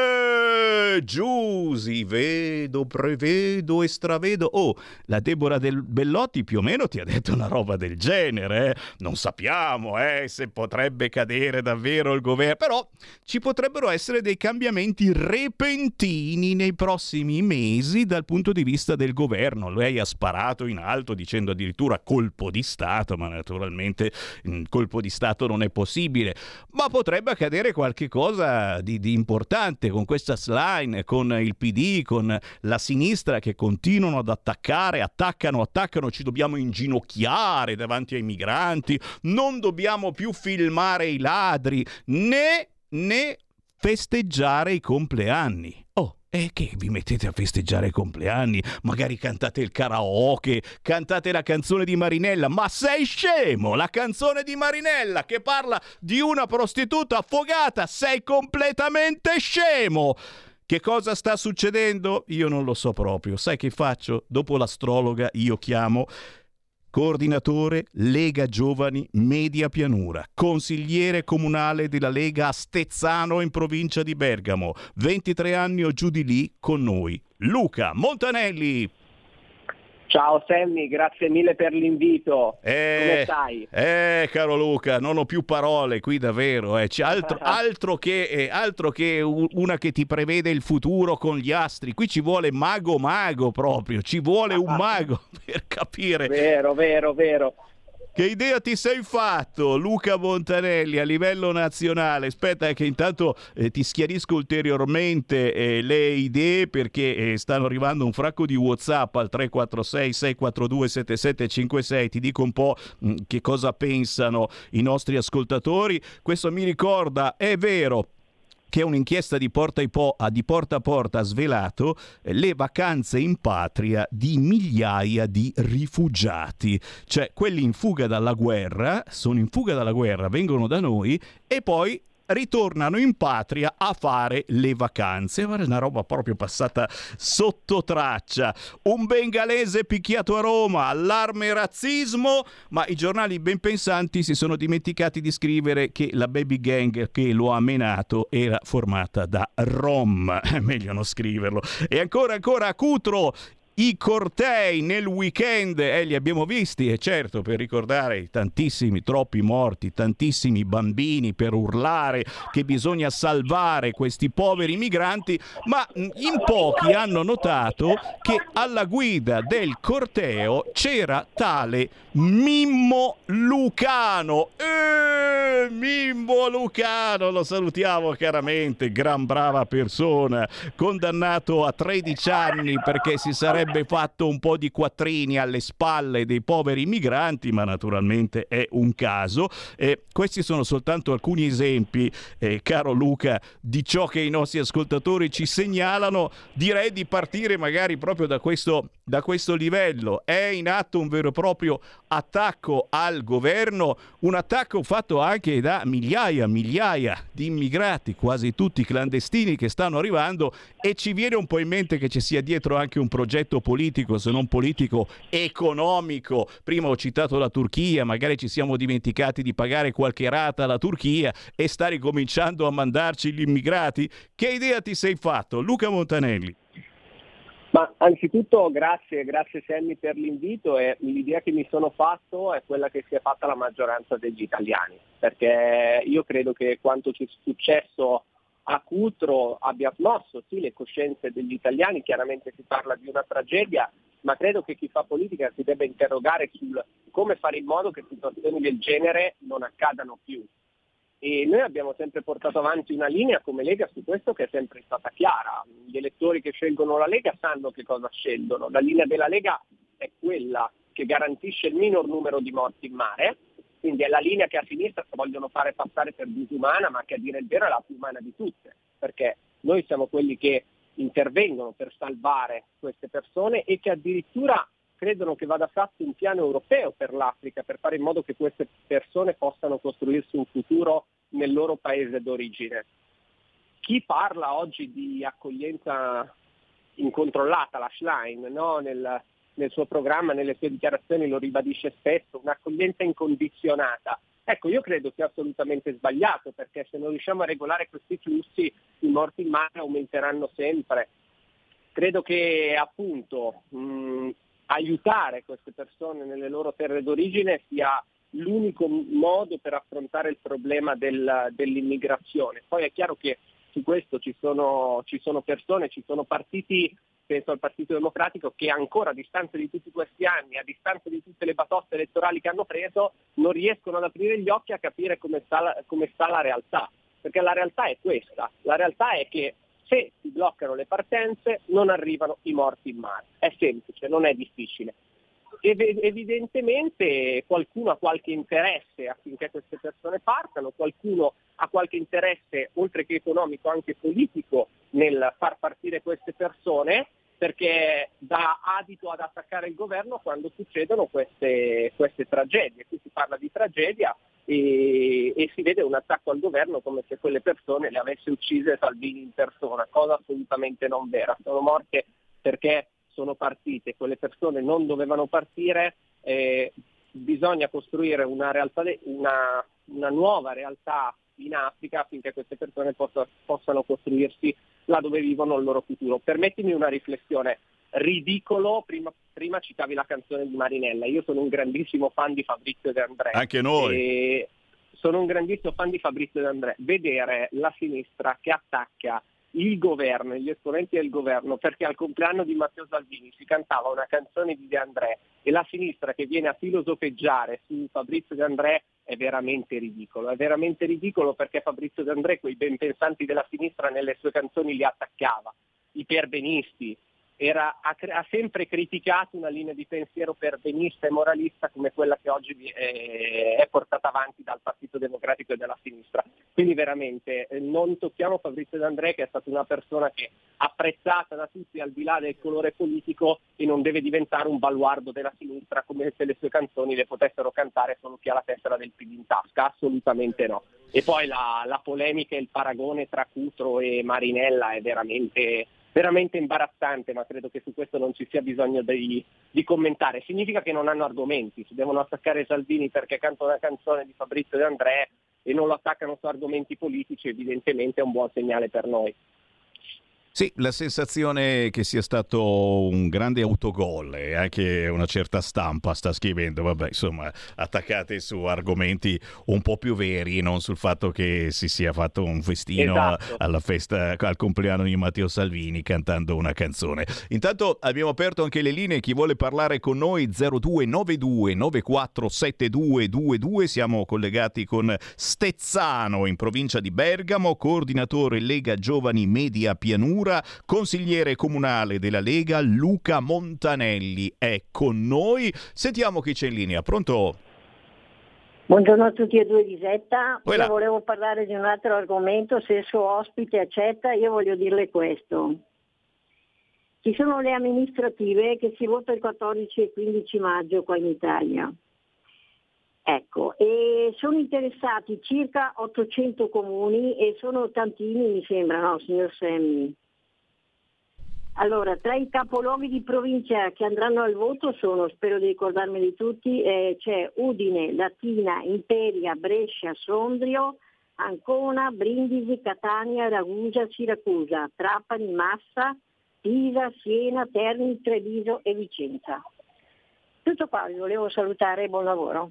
Giusy, vedo, prevedo e stravedo. La Deborah Bellotti più o meno ti ha detto una roba del genere. Non sappiamo se potrebbe cadere davvero il governo, però ci potrebbero essere dei cambiamenti repentini nei prossimi mesi dal punto di vista del governo. Lei ha sparato in alto dicendo addirittura colpo di Stato, ma naturalmente colpo di Stato non è possibile, ma potrebbe accadere qualche cosa di importante con questa slide, con il PD, con la sinistra che continuano ad attaccano, ci dobbiamo inginocchiare davanti ai migranti, non dobbiamo più filmare i ladri, né festeggiare i compleanni. E che vi mettete a festeggiare i compleanni? Magari cantate il karaoke, cantate la canzone di Marinella. Ma sei scemo? La canzone di Marinella che parla di una prostituta affogata. Sei completamente scemo! Che cosa sta succedendo? Io non lo so proprio. Sai che faccio? Dopo l'astrologa io chiamo coordinatore Lega Giovani Media Pianura, consigliere comunale della Lega a Stezzano in provincia di Bergamo, 23 anni o giù di lì con noi, Luca Montanelli. Ciao Sammy, grazie mille per l'invito. Come stai? Caro Luca, non ho più parole qui davvero. C'è altro che una che ti prevede il futuro con gli astri. Qui ci vuole mago proprio, ci vuole un mago per capire. Vero. Che idea ti sei fatto, Luca Montanelli, a livello nazionale? Aspetta che intanto ti schiarisco ulteriormente le idee, perché stanno arrivando un fracco di WhatsApp al 346-642-7756. Ti dico un po' che cosa pensano i nostri ascoltatori. Questo mi ricorda, è vero, che un'inchiesta di Porta a Porta ha svelato le vacanze in patria di migliaia di rifugiati. Cioè, quelli in fuga dalla guerra, vengono da noi e poi ritornano in patria a fare le vacanze. È una roba proprio passata sotto traccia. Un bengalese picchiato a Roma, allarme razzismo, ma i giornali ben pensanti si sono dimenticati di scrivere che la baby gang che lo ha menato era formata da rom. È meglio non scriverlo. E ancora a Cutro, i cortei nel weekend li abbiamo visti, e certo, per ricordare i tantissimi, troppi morti, tantissimi bambini, per urlare che bisogna salvare questi poveri migranti, ma in pochi hanno notato che alla guida del corteo c'era tale Mimmo Lucano. Mimmo Lucano, lo salutiamo caramente, gran brava persona, condannato a 13 anni perché si sarebbe fatto un po' di quattrini alle spalle dei poveri migranti, ma naturalmente è un caso. Questi sono soltanto alcuni esempi, caro Luca, di ciò che i nostri ascoltatori ci segnalano. Direi di partire magari proprio da questo da questo livello. È in atto un vero e proprio attacco al governo, un attacco fatto anche da migliaia di immigrati, quasi tutti clandestini, che stanno arrivando, e ci viene un po' in mente che ci sia dietro anche un progetto politico, se non politico, economico. Prima ho citato la Turchia, magari ci siamo dimenticati di pagare qualche rata alla Turchia e sta ricominciando a mandarci gli immigrati. Che idea ti sei fatto, Luca Montanelli? Ma anzitutto grazie Sammy per l'invito, e l'idea che mi sono fatto è quella che si è fatta la maggioranza degli italiani, perché io credo che quanto ci è successo a Cutro abbia smosso sì le coscienze degli italiani. Chiaramente si parla di una tragedia, ma credo che chi fa politica si debba interrogare sul come fare in modo che situazioni del genere non accadano più. E noi abbiamo sempre portato avanti una linea come Lega su questo che è sempre stata chiara. Gli elettori che scelgono la Lega sanno che cosa scelgono. La linea della Lega è quella che garantisce il minor numero di morti in mare, quindi è la linea che a sinistra vogliono fare passare per disumana, ma che a dire il vero è la più umana di tutte, perché noi siamo quelli che intervengono per salvare queste persone e che addirittura credono che vada fatto un piano europeo per l'Africa, per fare in modo che queste persone possano costruirsi un futuro nel loro paese d'origine. Chi parla oggi di accoglienza incontrollata, la Schlein, no? nel suo programma, nelle sue dichiarazioni lo ribadisce spesso, un'accoglienza incondizionata. Ecco, io credo sia assolutamente sbagliato, perché se non riusciamo a regolare questi flussi, i morti in mare aumenteranno sempre. Credo che appunto aiutare queste persone nelle loro terre d'origine sia l'unico modo per affrontare il problema dell'immigrazione. Poi è chiaro che su questo ci sono persone, ci sono partiti, penso al Partito Democratico, che ancora a distanza di tutti questi anni, a distanza di tutte le batoste elettorali che hanno preso, non riescono ad aprire gli occhi a capire come sta la realtà. Perché la realtà è questa, la realtà è che se si bloccano le partenze non arrivano i morti in mare. È semplice, non è difficile. Evidentemente qualcuno ha qualche interesse affinché queste persone partano, qualcuno ha qualche interesse, oltre che economico, anche politico, nel far partire queste persone, perché dà adito ad attaccare il governo quando succedono queste tragedie. Qui si parla di tragedia e si vede un attacco al governo come se quelle persone le avesse uccise Salvini in persona, cosa assolutamente non vera. Sono morte perché sono partite, quelle persone non dovevano partire, bisogna costruire una nuova realtà in Africa affinché queste persone possano costruirsi là dove vivono il loro futuro. Permettimi una riflessione. Ridicolo, prima citavi la canzone di Marinella, io sono un grandissimo fan di Fabrizio De André. Anche noi. Sono un grandissimo fan di Fabrizio De André. Vedere la sinistra che attacca il governo, gli esponenti del governo, perché al compleanno di Matteo Salvini si cantava una canzone di De André, e la sinistra che viene a filosofeggiare su Fabrizio De André è veramente ridicolo, perché Fabrizio De André quei ben pensanti della sinistra nelle sue canzoni li attaccava, i perbenisti. Ha sempre criticato una linea di pensiero perbenista e moralista come quella che oggi è portata avanti dal Partito Democratico e dalla sinistra. Quindi veramente non tocchiamo Fabrizio De André, che è stata una persona che apprezzata da tutti al di là del colore politico, e non deve diventare un baluardo della sinistra come se le sue canzoni le potessero cantare solo chi ha la tessera del PD in tasca, assolutamente no. E poi la polemica e il paragone tra Cutro e Marinella è veramente imbarazzante, ma credo che su questo non ci sia bisogno di commentare. Significa che non hanno argomenti, si devono attaccare Salvini perché canta una canzone di Fabrizio De André e non lo attaccano su argomenti politici, evidentemente è un buon segnale per noi. Sì, la sensazione che sia stato un grande autogol, e anche una certa stampa sta scrivendo, vabbè, insomma, attaccate su argomenti un po' più veri, non sul fatto che si sia fatto un festino alla festa, al compleanno di Matteo Salvini cantando una canzone. Intanto abbiamo aperto anche le linee, chi vuole parlare con noi 0292 947222, siamo collegati con Stezzano in provincia di Bergamo, coordinatore Lega Giovani Media Pianura. Consigliere comunale della Lega Luca Montanelli è con noi. Sentiamo chi c'è in linea. Pronto? Buongiorno a tutti e due di Zetta. Voilà. Io volevo parlare di un altro argomento, se il suo ospite accetta. Io voglio dirle questo. Ci sono le amministrative che si vota il 14 e 15 maggio qua in Italia. Ecco, e sono interessati circa 800 comuni e sono tantini, mi sembra, no, signor Semmi? Allora, tra i capoluoghi di provincia che andranno al voto sono, spero di ricordarmeli tutti, c'è Udine, Latina, Imperia, Brescia, Sondrio, Ancona, Brindisi, Catania, Ragusa, Siracusa, Trapani, Massa, Pisa, Siena, Terni, Treviso e Vicenza. Tutto qua, vi volevo salutare e buon lavoro.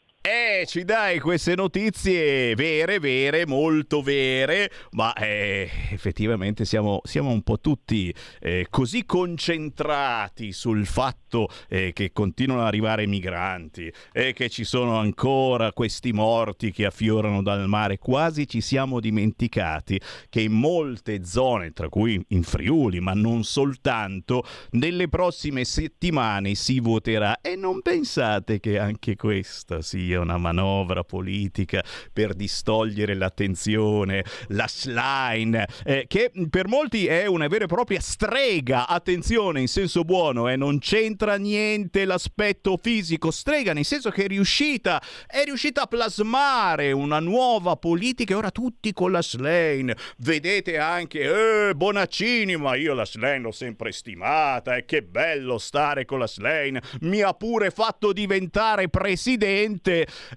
Ci dai queste notizie vere, molto vere, ma effettivamente siamo un po' tutti così concentrati sul fatto che continuano ad arrivare migranti e che ci sono ancora questi morti che affiorano dal mare, quasi ci siamo dimenticati che in molte zone, tra cui in Friuli, ma non soltanto, nelle prossime settimane si voterà, e non pensate che anche questa sia una manovra politica per distogliere l'attenzione, la Schlein, che per molti è una vera e propria strega, attenzione, in senso buono, non c'entra niente l'aspetto fisico, strega nel senso che è riuscita a plasmare una nuova politica, e ora tutti con la Schlein. Vedete anche Bonaccini, ma io la Schlein l'ho sempre stimata, e che bello stare con la Schlein, mi ha pure fatto diventare presidente.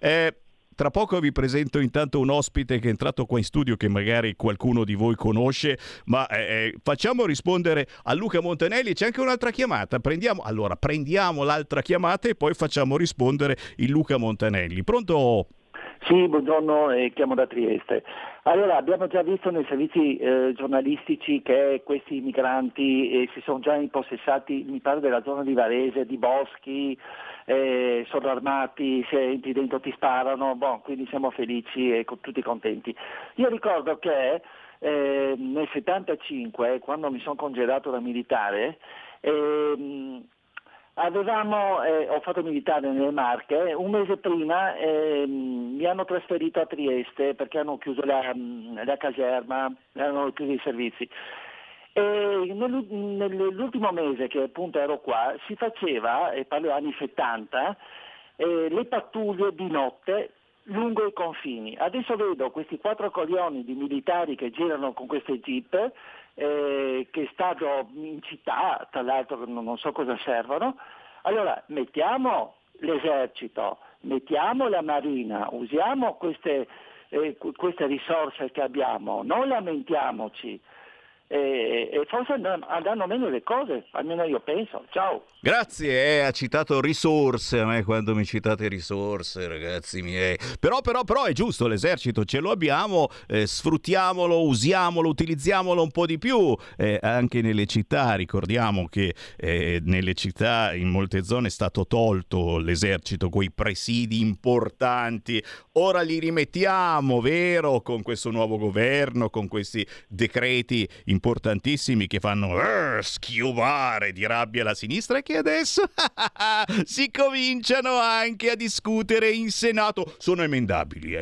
Tra poco vi presento intanto un ospite che è entrato qua in studio, che magari qualcuno di voi conosce, ma facciamo rispondere a Luca Montanelli. C'è anche un'altra chiamata, prendiamo l'altra chiamata e poi facciamo rispondere il Luca Montanelli. Pronto? Sì, buongiorno, chiamo da Trieste. Allora, abbiamo già visto nei servizi giornalistici che questi migranti si sono già impossessati, mi pare, della zona di Varese, di boschi, sono armati, se entri dentro ti sparano, quindi siamo felici e tutti contenti. Io ricordo che nel 75, quando mi sono congedato da militare, ho fatto militare nelle Marche, un mese prima mi hanno trasferito a Trieste perché hanno chiuso la caserma, hanno chiuso i servizi. E nell'ultimo mese che appunto ero qua si faceva, e parlo anni 70, le pattuglie di notte lungo i confini. Adesso vedo questi 4 coglioni di militari che girano con queste jeep che stanno in città, tra l'altro non so cosa servono. Allora mettiamo l'esercito, mettiamo la marina, usiamo queste risorse che abbiamo, non lamentiamoci. E forse andranno meglio le cose, almeno io penso. Ciao. Grazie, ha citato risorse. A me quando mi citate risorse, ragazzi miei. Però è giusto, l'esercito ce lo abbiamo, sfruttiamolo, usiamolo, utilizziamolo un po' di più, anche nelle città. Ricordiamo che nelle città in molte zone è stato tolto l'esercito, quei presidi importanti. Ora li rimettiamo, vero, con questo nuovo governo, con questi decreti importantissimi che fanno schiumare di rabbia la sinistra, e che adesso si cominciano anche a discutere in Senato. Sono emendabili,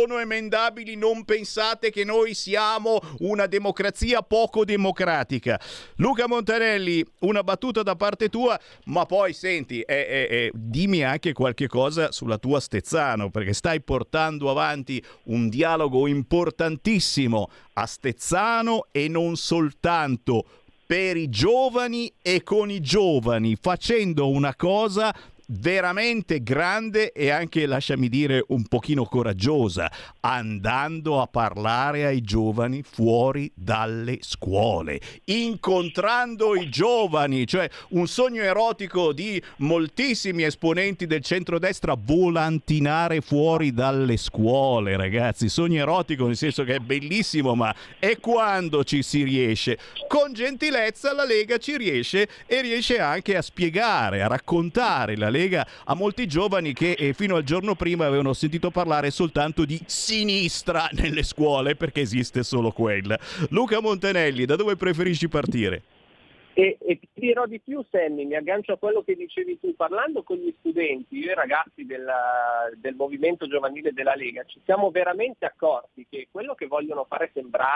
non pensate che noi siamo una democrazia poco democratica. Luca Montanelli, una battuta da parte tua, ma poi senti, dimmi anche qualche cosa sulla tua Stezzano, perché stai portando avanti un dialogo importantissimo a Stezzano, e non soltanto, per i giovani e con i giovani, facendo una cosa veramente grande e anche, lasciami dire, un pochino coraggiosa, andando a parlare ai giovani fuori dalle scuole, incontrando i giovani, cioè un sogno erotico di moltissimi esponenti del centrodestra, volantinare fuori dalle scuole, ragazzi. Sogno erotico nel senso che è bellissimo, ma è quando ci si riesce. Con gentilezza la Lega ci riesce, e riesce anche a spiegare, a raccontare la Lega a molti giovani che fino al giorno prima avevano sentito parlare soltanto di sinistra nelle scuole, perché esiste solo quella. Luca Montanelli, da dove preferisci partire? E ti dirò di più, Sammy, mi aggancio a quello che dicevi tu. Parlando con gli studenti, io e i ragazzi del movimento giovanile della Lega, ci siamo veramente accorti che quello che vogliono fare sembrare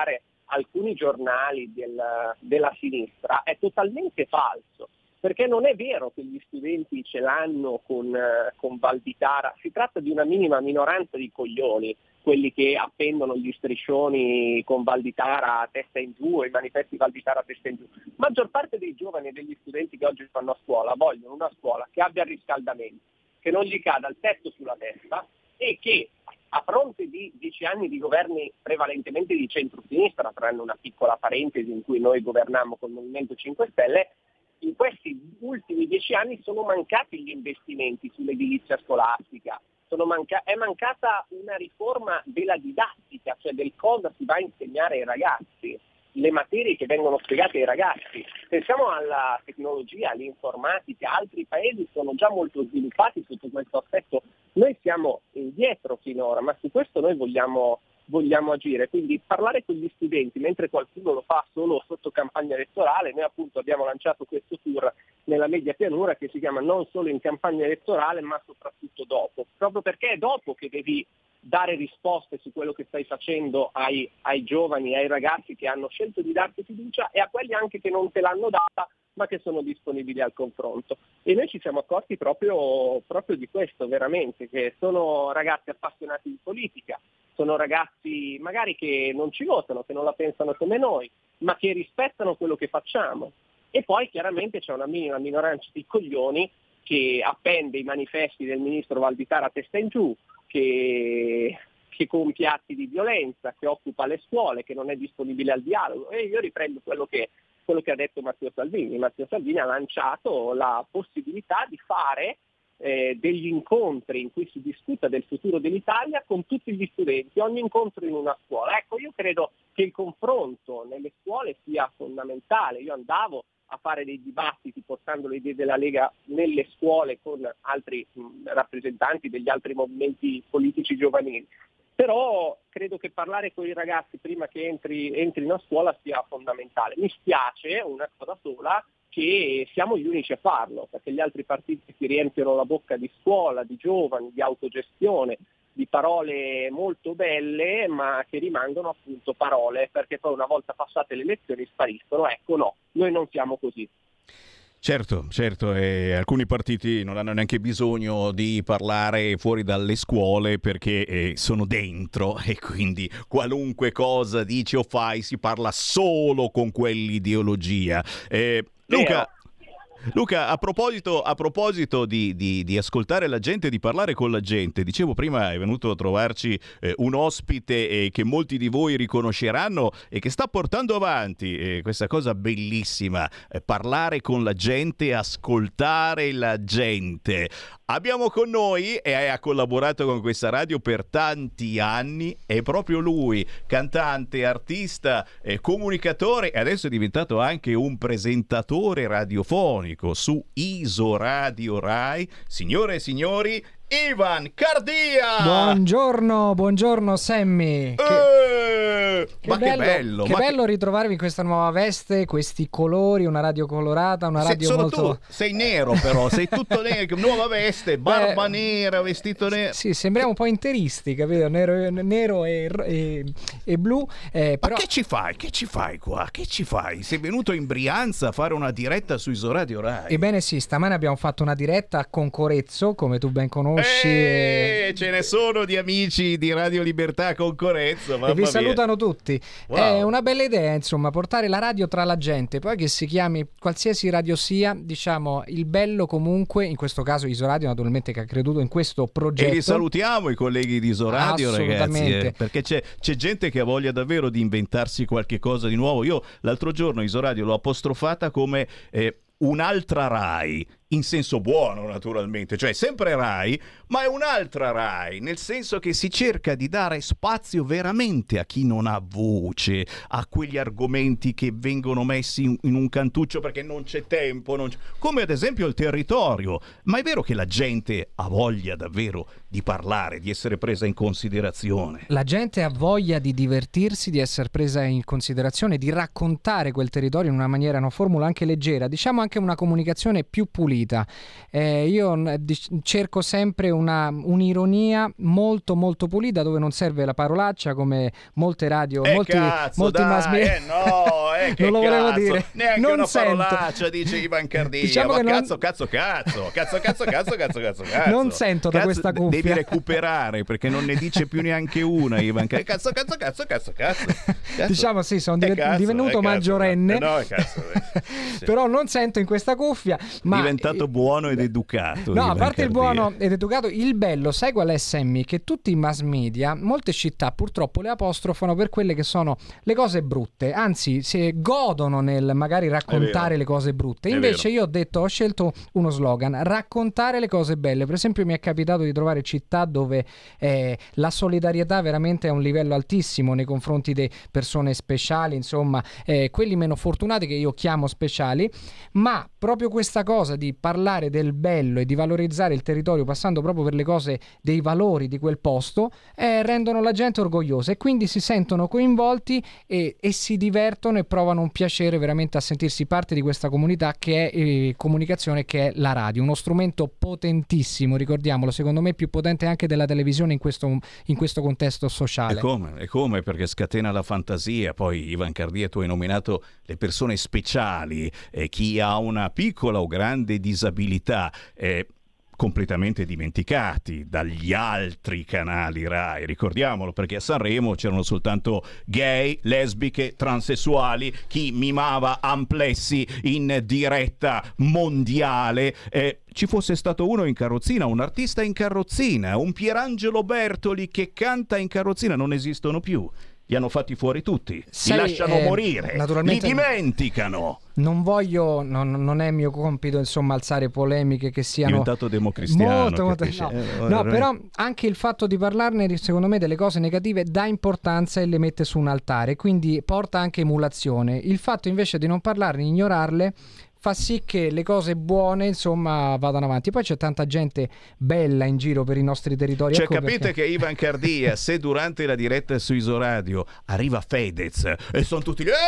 alcuni giornali della sinistra è totalmente falso, perché non è vero che gli studenti ce l'hanno con Valditara, si tratta di una minima minoranza di coglioni, quelli che appendono gli striscioni con Valditara a testa in giù e i manifesti Valditara a testa in giù. Maggior parte dei giovani e degli studenti che oggi fanno a scuola vogliono una scuola che abbia il riscaldamento, che non gli cada il tetto sulla testa e che a fronte di 10 anni di governi prevalentemente di centro-sinistra, tranne una piccola parentesi in cui noi governammo col Movimento 5 Stelle, in questi ultimi 10 anni sono mancati gli investimenti sull'edilizia scolastica, è mancata una riforma della didattica, cioè del cosa si va a insegnare ai ragazzi, le materie che vengono spiegate ai ragazzi. Pensiamo alla tecnologia, all'informatica, altri paesi sono già molto sviluppati sotto questo aspetto, noi siamo indietro finora, ma su questo noi vogliamo agire, quindi parlare con gli studenti mentre qualcuno lo fa solo sotto campagna elettorale. Noi appunto abbiamo lanciato questo tour nella media pianura che si chiama Non solo in campagna elettorale ma soprattutto dopo, proprio perché è dopo che devi dare risposte su quello che stai facendo ai giovani, ai ragazzi che hanno scelto di darti fiducia e a quelli anche che non te l'hanno data ma che sono disponibili al confronto. E noi ci siamo accorti proprio di questo, veramente, che sono ragazzi appassionati di politica, sono ragazzi magari che non ci votano, che non la pensano come noi, ma che rispettano quello che facciamo. E poi chiaramente c'è una minima minoranza di coglioni che appende i manifesti del ministro Valditara a testa in giù, che compie atti di violenza, che occupa le scuole, che non è disponibile al dialogo. E io riprendo quello che ha detto Matteo Salvini. Matteo Salvini ha lanciato la possibilità di fare degli incontri in cui si discuta del futuro dell'Italia con tutti gli studenti, ogni incontro in una scuola. Ecco, io credo che il confronto nelle scuole sia fondamentale. Io andavo a fare dei dibattiti portando le idee della Lega nelle scuole con altri rappresentanti degli altri movimenti politici giovanili. Però credo che parlare con i ragazzi prima che entrino a scuola sia fondamentale. Mi spiace, una cosa sola, che siamo gli unici a farlo, perché gli altri partiti si riempiono la bocca di scuola, di giovani, di autogestione, di parole molto belle, ma che rimangono appunto parole, perché poi una volta passate le elezioni spariscono. Ecco, no, noi non siamo così. Certo, e alcuni partiti non hanno neanche bisogno di parlare fuori dalle scuole perché sono dentro e quindi qualunque cosa dici o fai si parla solo con quell'ideologia. Luca, a proposito di ascoltare la gente, di parlare con la gente, dicevo prima è venuto a trovarci un ospite che molti di voi riconosceranno e che sta portando avanti questa cosa bellissima, parlare con la gente, ascoltare la gente. Abbiamo con noi, e ha collaborato con questa radio per tanti anni, è proprio lui, cantante, artista, comunicatore e adesso è diventato anche un presentatore radiofonico su Isoradio Rai. Signore e signori, Ivan Cardia! Buongiorno Sammy! Ma che bello! Che bello ritrovarvi in questa nuova veste, questi colori, una radio colorata, una radio molto... Tu sei nero però, sei tutto nero, nuova veste, barba nera, vestito nero. Sì, sembriamo un po' interisti, capito? Nero e blu. Però... Ma che ci fai qua? Che ci fai? Sei venuto in Brianza a fare una diretta su Isoradio Rai? Ebbene sì, stamane abbiamo fatto una diretta a Concorezzo, come tu ben conosci. Ce ne sono di amici di Radio Libertà Concorezzo, e vi salutano tutti. Wow. È una bella idea, insomma, portare la radio tra la gente, poi che si chiami qualsiasi radio sia, diciamo, il bello comunque, in questo caso Isoradio naturalmente che ha creduto in questo progetto. E li salutiamo i colleghi di Isoradio, ragazzi, perché c'è gente che ha voglia davvero di inventarsi qualche cosa di nuovo. Io l'altro giorno Isoradio l'ho apostrofata come un'altra Rai, in senso buono naturalmente, cioè sempre Rai, ma è un'altra Rai, nel senso che si cerca di dare spazio veramente a chi non ha voce, a quegli argomenti che vengono messi in un cantuccio perché non c'è tempo, come ad esempio il territorio. Ma è vero che la gente ha voglia davvero di parlare, di essere presa in considerazione. La gente ha voglia di divertirsi, di essere presa in considerazione, di raccontare quel territorio in una maniera, una formula anche leggera, diciamo anche una comunicazione più pulita. Cerco sempre un'ironia molto molto pulita, dove non serve la parolaccia come molte radio, molti mass media. Non lo volevo dire. Neanche non una sento. parolaccia, dice Ivan Cardia. Diciamo ma che cazzo. Non sento da questa cuffia. Devi recuperare, perché non ne dice più neanche una, Ivan Cardia. Cazzo. Diciamo sì, sono divenuto maggiorenne. No, cazzo. Sì. Però non sento in questa cuffia. Ma diventato buono ed educato. No, Ivan a parte Cardia. il buono ed educato, il bello, sai qual è, Sammy? Che tutti i mass media, molte città purtroppo le apostrofano per quelle che sono le cose brutte, anzi si godono nel magari raccontare le cose brutte. Invece io ho scelto uno slogan: raccontare le cose belle. Per esempio mi è capitato di trovare città dove la solidarietà veramente è a un livello altissimo nei confronti di persone speciali, insomma quelli meno fortunati, che io chiamo speciali, ma proprio questa cosa di parlare del bello e di valorizzare il territorio passando proprio per le cose, dei valori di quel posto, rendono la gente orgogliosa e quindi si sentono coinvolti e si divertono e provano un piacere veramente a sentirsi parte di questa comunità che è comunicazione, che è la radio, uno strumento potentissimo, ricordiamolo, secondo me più potente anche della televisione in questo contesto sociale. E come? Perché scatena la fantasia. Poi Ivan Cardia, tu hai nominato le persone speciali, chi ha una piccola o grande disabilità, completamente dimenticati dagli altri canali Rai, ricordiamolo, perché a Sanremo c'erano soltanto gay, lesbiche, transessuali, chi mimava amplessi in diretta mondiale. Ci fosse stato uno in carrozzina, un artista in carrozzina, un Pierangelo Bertoli che canta in carrozzina, non esistono più. Li hanno fatti fuori tutti, li lasciano morire, li dimenticano. Non voglio, non è mio compito insomma alzare polemiche che siano diventato democristiano, molto, no, però anche il fatto di parlarne, secondo me, delle cose negative dà importanza e le mette su un altare, quindi porta anche emulazione. Il fatto invece di non parlarne, ignorarle, fa sì che le cose buone insomma vadano avanti. Poi c'è tanta gente bella in giro per i nostri territori. Cioè, capite che Ivan Cardia, se durante la diretta su Isoradio arriva Fedez e sono tutti lì,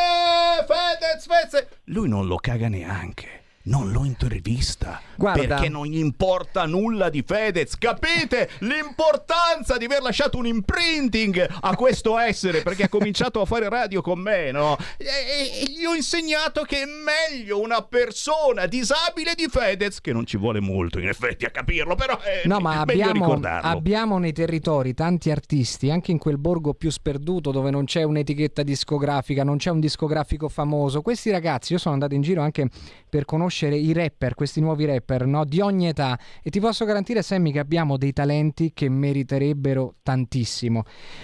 Fedez, lui non lo caga neanche. Non lo intervista. Guarda, perché non gli importa nulla di Fedez. Capite l'importanza di aver lasciato un imprinting a questo essere? Perché ha cominciato a fare radio con me, no? E gli ho insegnato che è meglio una persona disabile di Fedez, che non ci vuole molto in effetti a capirlo, però no, ma meglio ricordarlo. Abbiamo nei territori tanti artisti, anche in quel borgo più sperduto dove non c'è un'etichetta discografica, non c'è un discografico famoso. Questi ragazzi, io sono andato in giro anche per conoscere i rapper, questi nuovi rapper, no, di ogni età, e ti posso garantire, Sammy, che abbiamo dei talenti che meriterebbero tantissimo,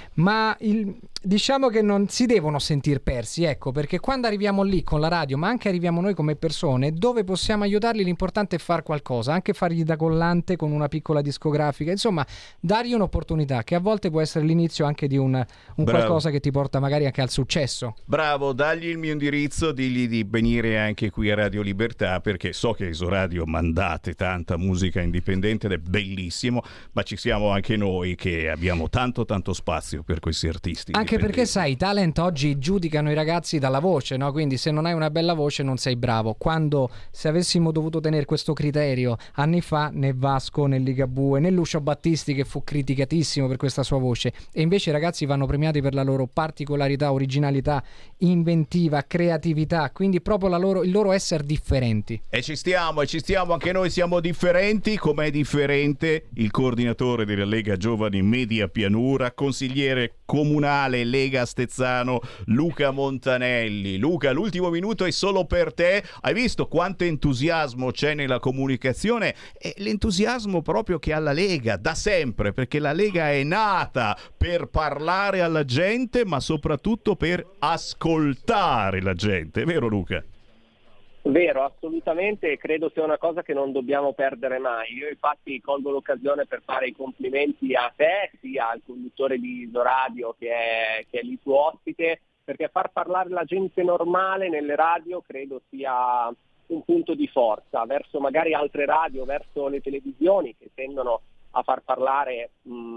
ma diciamo che non si devono sentir persi, ecco, perché quando arriviamo lì con la radio, ma anche arriviamo noi come persone, dove possiamo aiutarli, l'importante è far qualcosa, anche fargli da collante con una piccola discografica, insomma, dargli un'opportunità che a volte può essere l'inizio anche di un qualcosa che ti porta magari anche al successo. Bravo, dagli il mio indirizzo, digli di venire anche qui a Radio Libertà, perché so che a Isoradio mandate tanta musica indipendente ed è bellissimo, ma ci siamo anche noi che abbiamo tanto spazio per questi artisti. Anche perché sai, i talent oggi giudicano i ragazzi dalla voce, no? Quindi se non hai una bella voce non sei bravo. Quando, se avessimo dovuto tenere questo criterio anni fa, né Vasco, né Ligabue, né Lucio Battisti, che fu criticatissimo per questa sua voce, e invece i ragazzi vanno premiati per la loro particolarità, originalità, inventiva, creatività, quindi proprio il loro essere differenti. E ci stiamo, anche noi siamo differenti, come è differente il coordinatore della Lega Giovani Media Pianura, consigliere comunale Lega Stezzano, Luca Montanelli. Luca, l'ultimo minuto è solo per te. Hai visto quanto entusiasmo c'è nella comunicazione, e l'entusiasmo proprio che ha la Lega da sempre, perché la Lega è nata per parlare alla gente, ma soprattutto per ascoltare la gente, è vero Luca? Vero, assolutamente, e credo sia una cosa che non dobbiamo perdere mai. Io infatti colgo l'occasione per fare i complimenti a te, sia al conduttore di Isoradio che è lì tuo ospite, perché far parlare la gente normale nelle radio credo sia un punto di forza verso magari altre radio, verso le televisioni che tendono a far parlare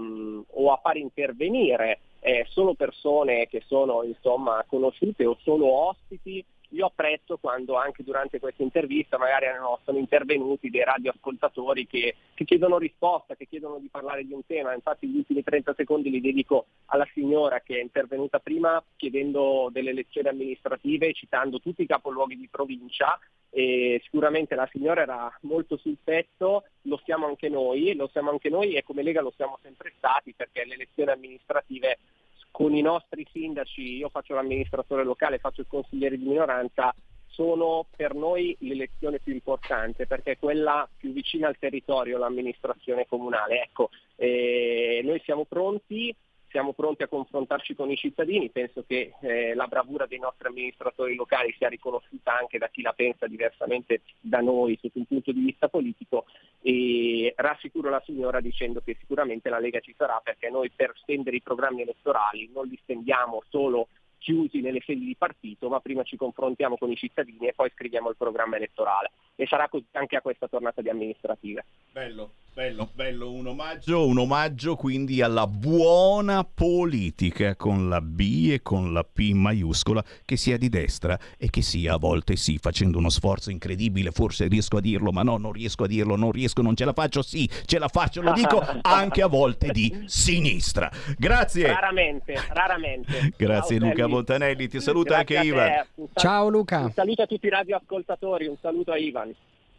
o a far intervenire solo persone che sono insomma conosciute o solo ospiti. io apprezzo quando anche durante questa intervista magari sono intervenuti dei radioascoltatori che chiedono risposta, che chiedono di parlare di un tema. Infatti gli ultimi 30 secondi li dedico alla signora che è intervenuta prima chiedendo delle elezioni amministrative, citando tutti i capoluoghi di provincia, e sicuramente la signora era molto sul pezzo. Lo siamo anche noi e come Lega lo siamo sempre stati, perché le elezioni amministrative con i nostri sindaci, io faccio l'amministratore locale, faccio il consigliere di minoranza, sono per noi l'elezione più importante, perché è quella più vicina al territorio, l'amministrazione comunale. Ecco, noi siamo pronti a confrontarci con i cittadini. Penso che la bravura dei nostri amministratori locali sia riconosciuta anche da chi la pensa diversamente da noi sotto un punto di vista politico, e rassicuro la signora dicendo che sicuramente la Lega ci sarà, perché noi per stendere i programmi elettorali non li stendiamo solo chiusi nelle sedi di partito, ma prima ci confrontiamo con i cittadini e poi scriviamo il programma elettorale, e sarà così anche a questa tornata di amministrative. Bello, un omaggio quindi alla buona politica, con la B e con la P maiuscola, che sia di destra e che sia a volte sì, facendo uno sforzo incredibile, forse riesco a dirlo, ma no, non riesco a dirlo, non ce la faccio, sì, ce la faccio, lo dico, anche a volte di sinistra. Grazie. Raramente. Grazie. Ciao, Luca Montanelli, ti saluta anche Ivan. Ciao Luca. Un saluto a tutti i radioascoltatori, un saluto a Ivan.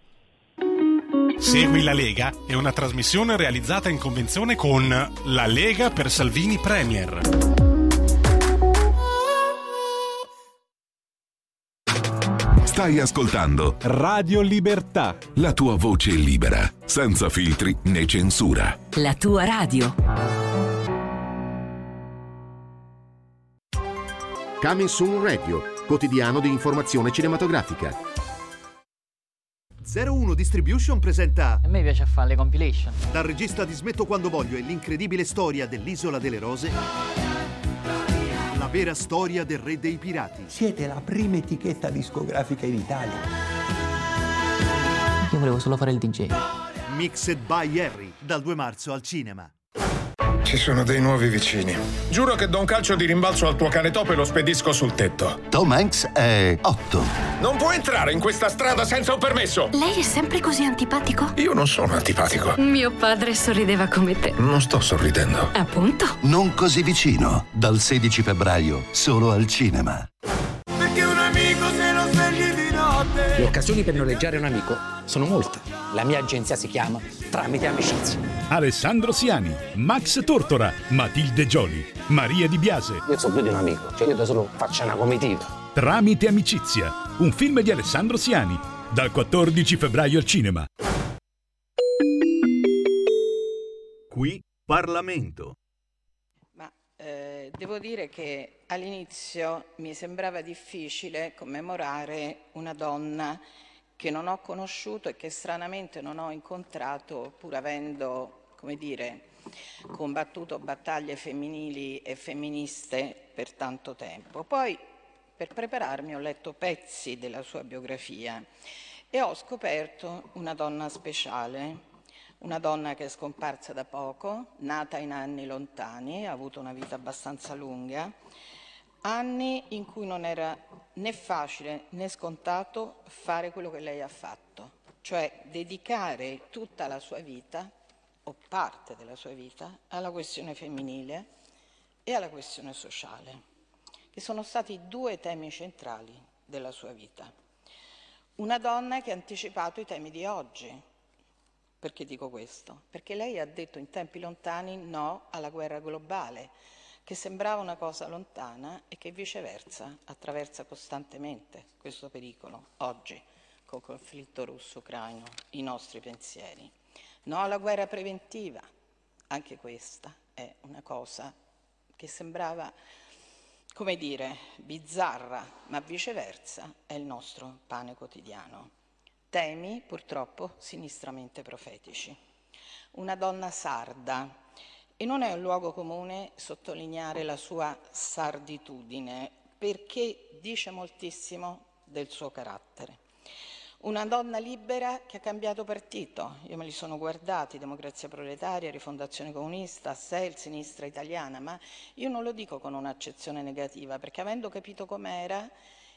Segui la Lega è una trasmissione realizzata in convenzione con La Lega per Salvini Premier. Stai ascoltando Radio Libertà, la tua voce libera, senza filtri né censura. La tua radio. Coming Soon Radio, quotidiano di informazione cinematografica. 01 Distribution presenta... A me piace fare le compilation. Dal regista di Smetto quando voglio e l'incredibile storia dell'Isola delle Rose, la vera storia del re dei pirati. Siete la prima etichetta discografica in Italia. Io volevo solo fare il DJ. Mixed by Harry, dal 2 marzo al cinema. Ci sono dei nuovi vicini. Giuro che do un calcio di rimbalzo al tuo cane topo e lo spedisco sul tetto. Tom Hanks è 8. Non può entrare in questa strada senza un permesso. Lei è sempre così antipatico? Io non sono antipatico. Mio padre sorrideva come te. Non sto sorridendo. Appunto. Non così vicino. Dal 16 febbraio, solo al cinema. Perché un amico se lo svegli di notte. Le occasioni per noleggiare un amico sono molte. La mia agenzia si chiama Tramite Amicizia. Alessandro Siani, Max Tortora, Matilde Gioli, Maria Di Biase. Io sono più di un amico, io da solo faccio una comitiva. Tramite Amicizia, un film di Alessandro Siani, dal 14 febbraio al cinema. Qui Parlamento. Ma devo dire che all'inizio mi sembrava difficile commemorare una donna che non ho conosciuto e che stranamente non ho incontrato, pur avendo, come dire, combattuto battaglie femminili e femministe per tanto tempo. Poi, per prepararmi, ho letto pezzi della sua biografia e ho scoperto una donna speciale, una donna che è scomparsa da poco, nata in anni lontani, ha avuto una vita abbastanza lunga, anni in cui non era né facile né scontato fare quello che lei ha fatto, cioè dedicare tutta la sua vita, o parte della sua vita, alla questione femminile e alla questione sociale, che sono stati due temi centrali della sua vita. Una donna che ha anticipato i temi di oggi. Perché dico questo? Perché lei ha detto in tempi lontani no alla guerra globale, che sembrava una cosa lontana e che viceversa attraversa costantemente questo pericolo oggi col conflitto russo-ucraino, i nostri pensieri. No alla guerra preventiva, anche questa è una cosa che sembrava, come dire, bizzarra, ma viceversa è il nostro pane quotidiano. Temi purtroppo sinistramente profetici. Una donna sarda. E non è un luogo comune sottolineare la sua sarditudine, perché dice moltissimo del suo carattere. Una donna libera che ha cambiato partito. Io me li sono guardati, Democrazia Proletaria, Rifondazione Comunista, SEL, Sinistra Italiana, ma io non lo dico con un'accezione negativa, perché avendo capito com'era,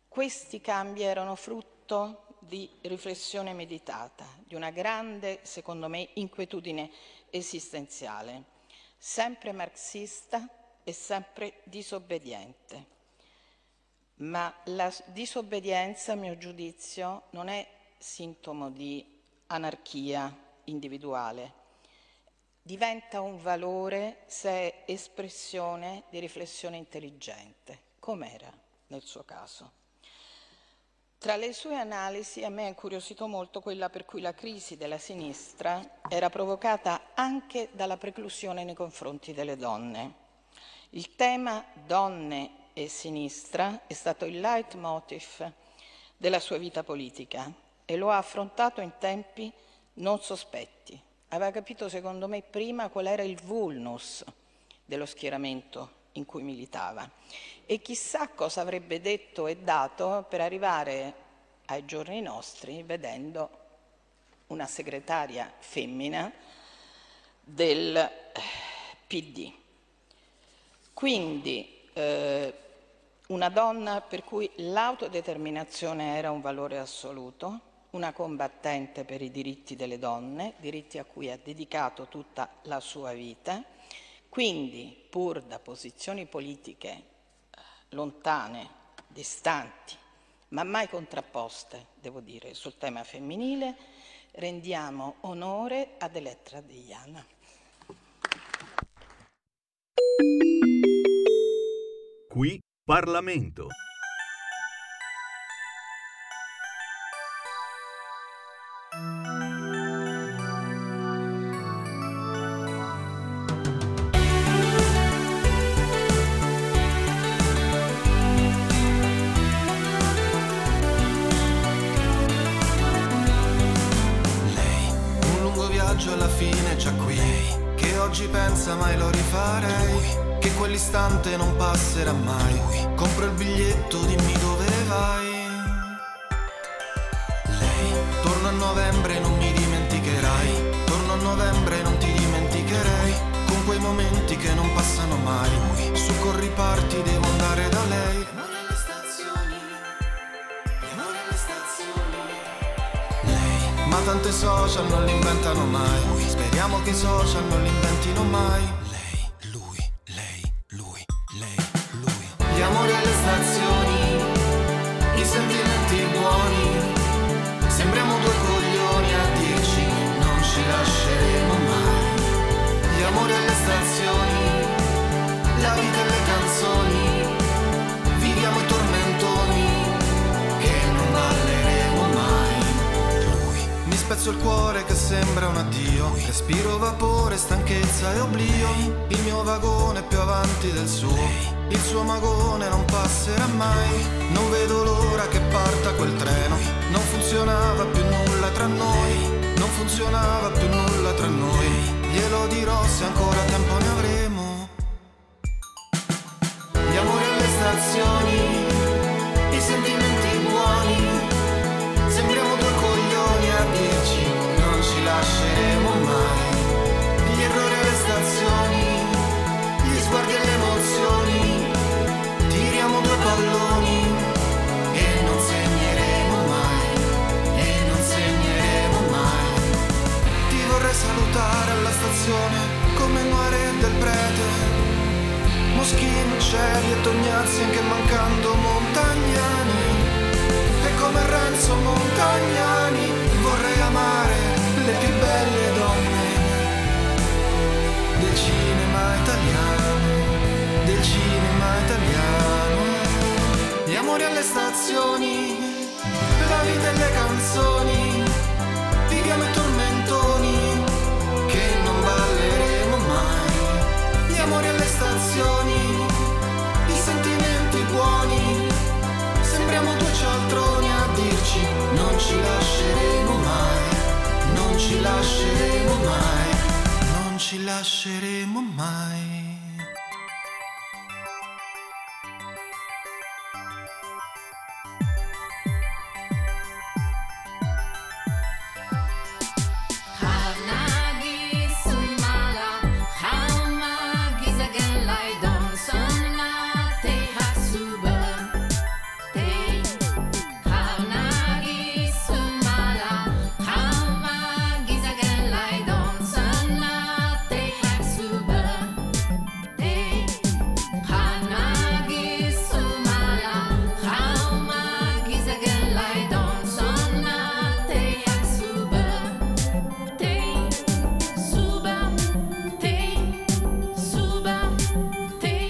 Questi cambi erano frutto di riflessione meditata, di una grande, secondo me, inquietudine esistenziale, sempre marxista e sempre disobbediente. Ma la disobbedienza, a mio giudizio, non è sintomo di anarchia individuale, diventa un valore se è espressione di riflessione intelligente, com'era nel suo caso. Tra le sue analisi a me ha incuriosito molto quella per cui la crisi della sinistra era provocata anche dalla preclusione nei confronti delle donne. Il tema donne e sinistra è stato il leitmotiv della sua vita politica e lo ha affrontato in tempi non sospetti. Aveva capito, secondo me, prima qual era il vulnus dello schieramento in cui militava e chissà cosa avrebbe detto e dato per arrivare ai giorni nostri vedendo una segretaria femmina del PD. Quindi una donna per cui l'autodeterminazione era un valore assoluto, una combattente per i diritti delle donne, diritti a cui ha dedicato tutta la sua vita. Quindi, pur da posizioni politiche lontane, distanti, ma mai contrapposte, devo dire, sul tema femminile, rendiamo onore ad Elettra Deiana. Qui Parlamento. Alla fine già qui, che oggi pensa mai lo rifarei, che quell'istante non passerà mai. Compro il biglietto, dimmi dove vai. Lei, torno a novembre, non mi dimenticherai. Torno a novembre, non ti dimenticherei. Con quei momenti che non passano mai. Su corriparti devo andare da lei. Ma tante social non li inventano mai. Speriamo che i social non li inventino mai. Lei, lui, lei, lui, lei, lui. Gli amori alle stazioni, i sentimenti buoni. Sembriamo due coglioni a dirci non ci lasceremo mai. Gli amori alle stazioni, la vita e le canzoni. Viviamo i tormentoni che non balleremo mai. Spezzo il cuore che sembra un addio. Respiro vapore, stanchezza e oblio. Il mio vagone è più avanti del suo. Il suo magone non passerà mai. Non vedo l'ora che parta quel treno. Non funzionava più nulla tra noi. Non funzionava più nulla tra noi. Glielo dirò se ancora tempo ne avremo. Gli amori alle stazioni, i sentimenti buoni. Sembriamo due coglioni a dirci non ci lasceremo mai. Gli errori alle stazioni, gli sguardi e le emozioni. Tiriamo due palloni e non segneremo mai. E non segneremo mai. Ti vorrei salutare alla stazione come Noire del Prete. Moschini, uccelli e tognazzi anche mancando montagnani. E come Renzo Montagnani vorrei amare le più belle donne del cinema italiano, del cinema italiano. Gli amori alle stazioni, la vita e le canzoni. Viviamo i tormentoni che non balleremo mai. Gli amori alle stazioni, i sentimenti buoni. Sembriamo due cialtroni a dirci non ci lasceremo mai, non ci lasceremo mai, non ci lasceremo mai.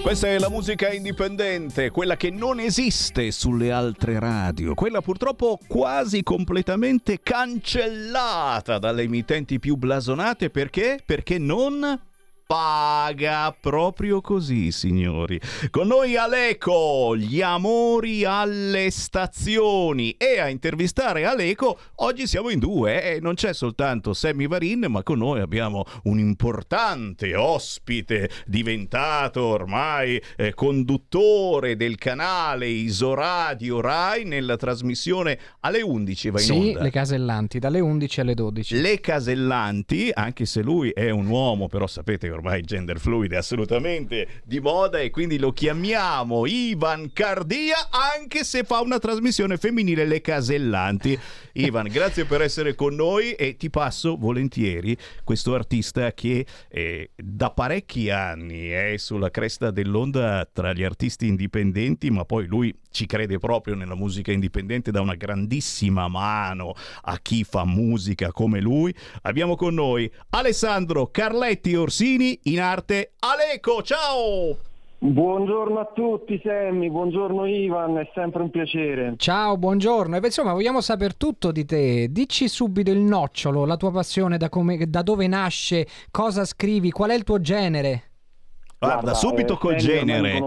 Questa è la musica indipendente, quella che non esiste sulle altre radio, quella purtroppo quasi completamente cancellata dalle emittenti più blasonate. Perché? Perché non paga, proprio così, signori. Con noi Aleko, gli amori alle stazioni, e a intervistare Aleko oggi siamo in due, e non c'è soltanto Sammy Varin, ma con noi abbiamo un importante ospite, diventato ormai conduttore del canale Isoradio Rai nella trasmissione alle 11, va in onda. Sì, Le Casellanti, dalle 11 alle 12. Le Casellanti, anche se lui è un uomo, però sapete che ormai gender fluid è assolutamente di moda, e quindi lo chiamiamo Ivan Cardia, anche se fa una trasmissione femminile, Le Casellanti. Ivan, grazie per essere con noi, e ti passo volentieri questo artista che da parecchi anni è sulla cresta dell'onda tra gli artisti indipendenti, ma poi lui ci crede proprio nella musica indipendente, dà una grandissima mano a chi fa musica come lui. Abbiamo con noi Alessandro Carletti Orsini, in arte Aleko. Ciao! Buongiorno a tutti, Sammy, buongiorno Ivan, è sempre un piacere. Ciao, buongiorno. E insomma, vogliamo sapere tutto di te. Dici subito il nocciolo, la tua passione, da dove nasce, cosa scrivi, qual è il tuo genere? Guarda, subito col genere,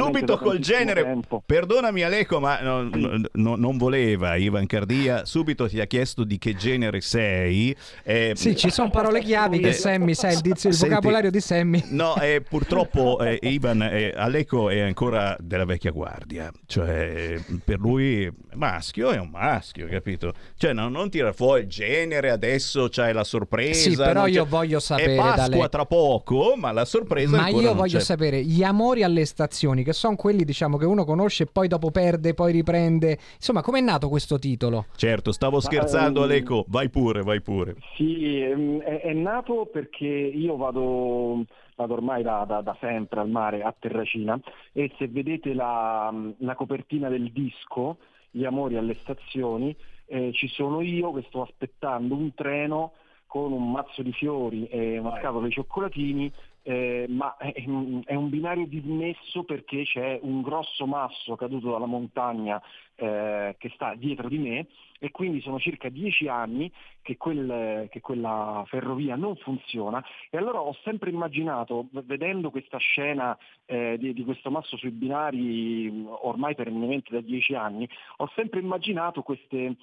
perdonami Aleko, ma non voleva Ivan Cardia, subito ti ha chiesto di che genere sei. Sì, ci sono parole chiavi che Sammy sa, il vocabolario di Sammy. No, purtroppo Ivan, Aleko è ancora della vecchia guardia, cioè per lui maschio è un maschio, capito? Cioè non tira fuori il genere, adesso c'hai la sorpresa. Sì, però io voglio sapere, è Pasqua tra poco, ma la sorpresa ma io voglio sapere gli amori alle stazioni, che sono quelli, diciamo, che uno conosce e poi dopo perde, poi riprende. Insomma, com'è nato questo titolo? Certo, stavo scherzando, Aleko, vai pure. Sì, è nato perché io vado ormai da sempre al mare, a Terracina, e se vedete la copertina del disco Gli amori alle stazioni, ci sono io che sto aspettando un treno con un mazzo di fiori e una scatola di cioccolatini, ma è un binario dismesso perché c'è un grosso masso caduto dalla montagna che sta dietro di me, e quindi sono circa 10 anni che quella ferrovia non funziona. E allora ho sempre immaginato, vedendo questa scena di questo masso sui binari ormai perennemente da 10 anni, ho sempre immaginato queste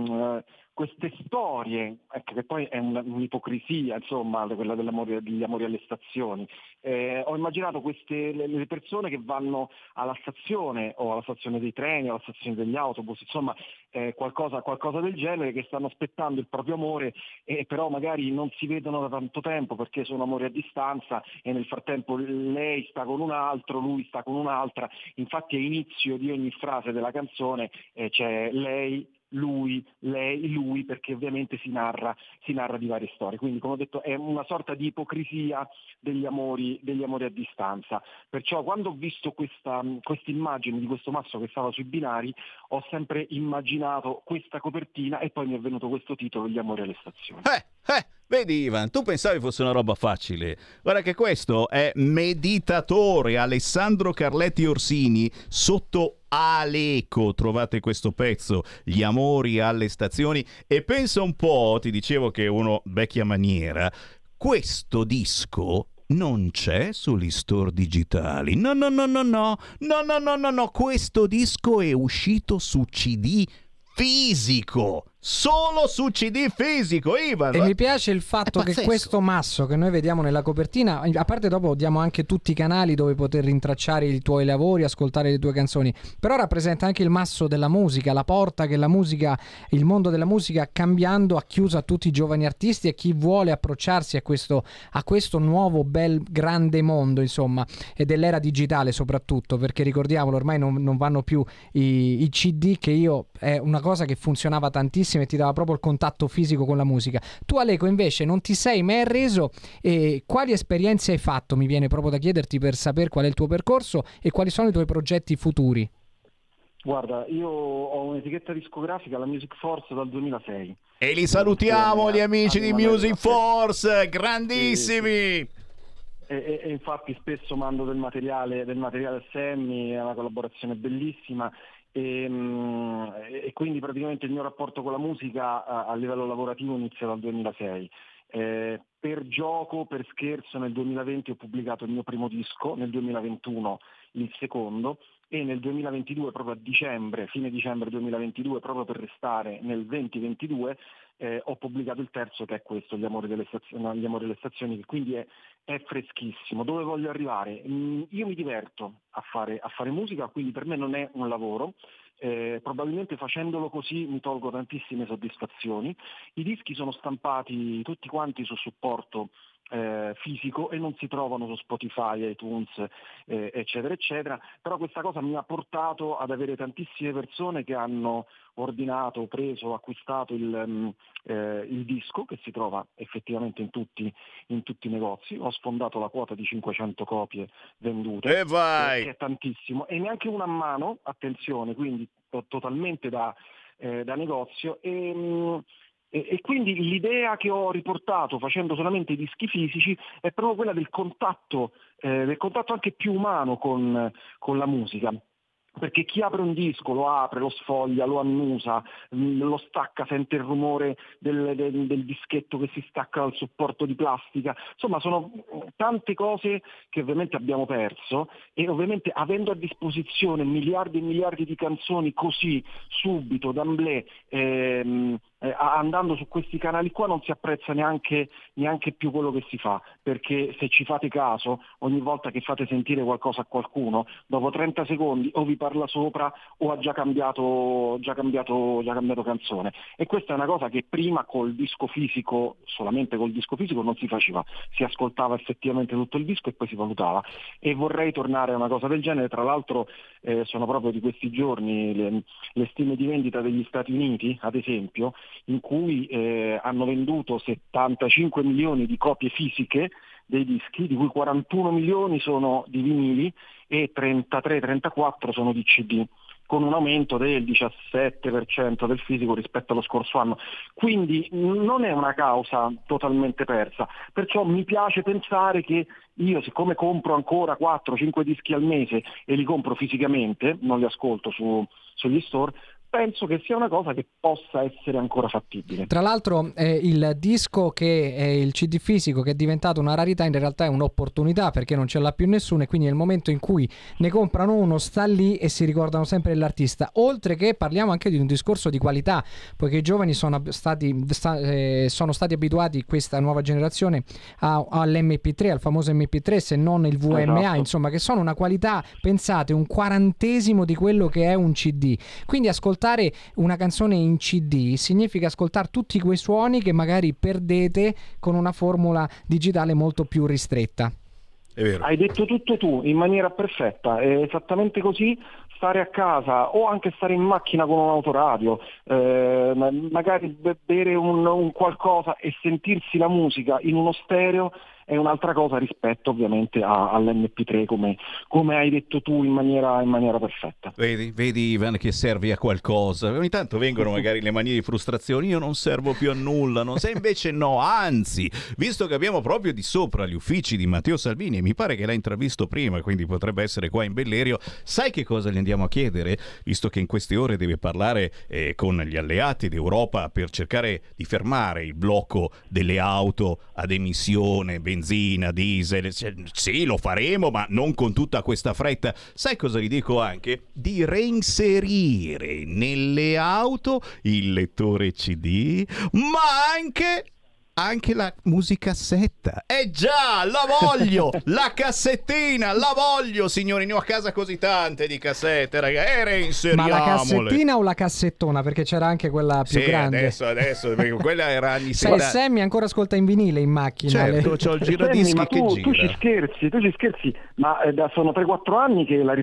storie, che poi è un'ipocrisia, insomma, quella degli amori alle stazioni. Ho immaginato le persone che vanno alla stazione, o alla stazione dei treni, o alla stazione degli autobus, insomma, qualcosa del genere, che stanno aspettando il proprio amore, e però magari non si vedono da tanto tempo perché sono amori a distanza, e nel frattempo lei sta con un altro, lui sta con un'altra. Infatti all'inizio di ogni frase della canzone c'è lei, lui, lei, lui, perché ovviamente si narra di varie storie. Quindi, come ho detto, è una sorta di ipocrisia degli amori a distanza. Perciò quando ho visto questa immagine di questo masso che stava sui binari, ho sempre immaginato questa copertina, e poi mi è venuto questo titolo, Gli amori alle stazioni. Vedi Ivan, tu pensavi fosse una roba facile. Guarda che questo è Meditatore, Alessandro Carletti Orsini, sotto Aleko trovate questo pezzo, Gli amori alle stazioni. E pensa un po', ti dicevo che è uno vecchia maniera, questo disco non c'è sugli store digitali, no, questo disco è uscito su CD fisico, solo su CD fisico, Ivan. E mi piace il fatto che questo masso che noi vediamo nella copertina, a parte dopo diamo anche tutti i canali dove poter rintracciare i tuoi lavori, ascoltare le tue canzoni, però rappresenta anche il masso della musica, la porta che la musica, il mondo della musica cambiando ha chiuso a tutti i giovani artisti e chi vuole approcciarsi a questo nuovo bel grande mondo, insomma, e dell'era digitale soprattutto, perché ricordiamolo, ormai non vanno più i CD, che è una cosa che funzionava tantissimo e ti dava proprio il contatto fisico con la musica. Tu, Aleko, invece non ti sei mai arreso, e quali esperienze hai fatto? Mi viene proprio da chiederti, per sapere qual è il tuo percorso e quali sono i tuoi progetti futuri. Guarda, io ho un'etichetta discografica, la Music Force, dal 2006. E li salutiamo, gli amici di Music Force, grandissimi! E infatti spesso mando del materiale a Sammy, è una collaborazione bellissima. E quindi praticamente il mio rapporto con la musica a livello lavorativo inizia dal 2006. Per gioco, per scherzo, nel 2020 ho pubblicato il mio primo disco, nel 2021 il secondo, e nel 2022, proprio a dicembre, fine dicembre 2022, proprio per restare nel 2022, ho pubblicato il terzo, che è questo, Gli amori delle stazioni, che quindi è freschissimo. Dove voglio arrivare? Io mi diverto a fare musica, quindi per me non è un lavoro. Probabilmente facendolo così mi tolgo tantissime soddisfazioni. I dischi sono stampati tutti quanti su supporto fisico e non si trovano su Spotify, iTunes, eccetera eccetera, però questa cosa mi ha portato ad avere tantissime persone che hanno ordinato, preso, acquistato il disco, che si trova effettivamente in tutti i negozi. Ho sfondato la quota di 500 copie vendute, che è tantissimo, e neanche una a mano, attenzione, quindi totalmente da negozio. E quindi l'idea che ho riportato facendo solamente i dischi fisici è proprio quella del contatto anche più umano con la musica. Perché chi apre un disco, lo apre, lo sfoglia, lo annusa, lo stacca, sente il rumore del dischetto che si stacca dal supporto di plastica. Insomma, sono tante cose che ovviamente abbiamo perso, e ovviamente avendo a disposizione miliardi e miliardi di canzoni così, subito, d'emblée, andando su questi canali qua non si apprezza neanche più quello che si fa, perché se ci fate caso, ogni volta che fate sentire qualcosa a qualcuno, dopo 30 secondi o vi parla sopra o ha già cambiato canzone, e questa è una cosa che prima col disco fisico, solamente col disco fisico, non si faceva. Si ascoltava effettivamente tutto il disco e poi si valutava, e vorrei tornare a una cosa del genere. Tra l'altro sono proprio di questi giorni le stime di vendita degli Stati Uniti, ad esempio, in cui hanno venduto 75 milioni di copie fisiche dei dischi, di cui 41 milioni sono di vinili e 33-34 sono di CD, con un aumento del 17% del fisico rispetto allo scorso anno. Quindi non è una causa totalmente persa, perciò mi piace pensare che io, siccome compro ancora 4-5 dischi al mese e li compro fisicamente, non li ascolto sugli store, penso che sia una cosa che possa essere ancora fattibile. Tra l'altro il disco, che è il CD fisico, che è diventato una rarità, in realtà è un'opportunità, perché non ce l'ha più nessuno, e quindi nel momento in cui ne comprano uno sta lì e si ricordano sempre dell'artista. Oltre che parliamo anche di un discorso di qualità, poiché i giovani sono stati abituati, questa nuova generazione, all'MP3, al famoso MP3, se non il VMA, esatto. Insomma, che sono una qualità, pensate, un 40° di quello che è un CD. Quindi ascoltare una canzone in CD significa ascoltare tutti quei suoni che magari perdete con una formula digitale molto più ristretta. È vero. Hai detto tutto tu, in maniera perfetta, è esattamente così. Stare a casa o anche stare in macchina con un autoradio, magari bere un qualcosa e sentirsi la musica in uno stereo è un'altra cosa rispetto ovviamente all'MP3, come hai detto tu in maniera perfetta. Vedi Ivan che servi a qualcosa. Ogni tanto vengono magari le manie di frustrazione, io non servo più a nulla, se invece no, anzi, visto che abbiamo proprio di sopra gli uffici di Matteo Salvini, e mi pare che l'hai intravisto prima, quindi potrebbe essere qua in Bellerio, sai che cosa gli andiamo a chiedere? Visto che in queste ore deve parlare con gli alleati d'Europa per cercare di fermare il blocco delle auto ad emissione, benzina, diesel, sì, lo faremo, ma non con tutta questa fretta. Sai cosa gli dico anche? Di reinserire nelle auto il lettore CD, ma anche la musicassetta. Già, la voglio! La cassettina, la voglio, signori. Ne ho a casa così tante di cassette, ragazzi. Reinseriamole. Ma la cassettina o la cassettona? Perché c'era anche quella più grande. Adesso, perché quella era anni 60. Sammy ancora ascolta in vinile in macchina. Certo, c'ho il giradischi ma che gira. Tu ci scherzi, ma sono 3-4 anni che la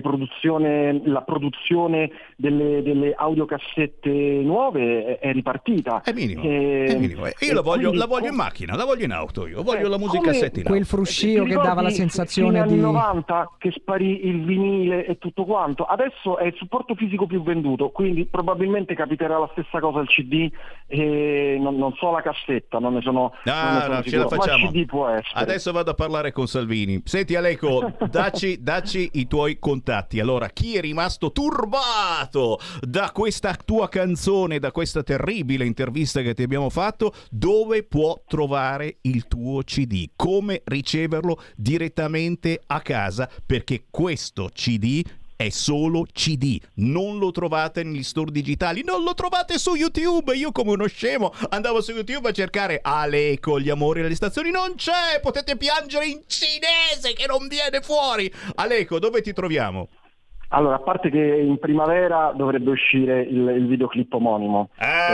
produzione delle audiocassette nuove è ripartita. È minimo. Io la voglio voglio in macchina, la voglio in auto io, voglio la musica in quel fruscio che dava la sensazione negli di... anni 90 che sparì il vinile e tutto quanto, adesso è il supporto fisico più venduto, quindi probabilmente capiterà la stessa cosa al CD, e non so la cassetta, non ne sono No, ce la facciamo. Ma il CD può essere. Adesso vado a parlare con Salvini. Senti Aleco, dacci i tuoi contatti. Allora, chi è rimasto turbato da questa tua canzone, da questa terribile intervista che ti abbiamo fatto, dove può trovare il tuo CD? Come riceverlo direttamente a casa? Perché questo CD è solo CD, non lo trovate negli store digitali, non lo trovate su YouTube. Io come uno scemo andavo su YouTube a cercare Aleco, gli amori alle stazioni, non c'è, potete piangere in cinese che non viene fuori. Aleco, dove ti troviamo? Allora, a parte che in primavera dovrebbe uscire il videoclip omonimo,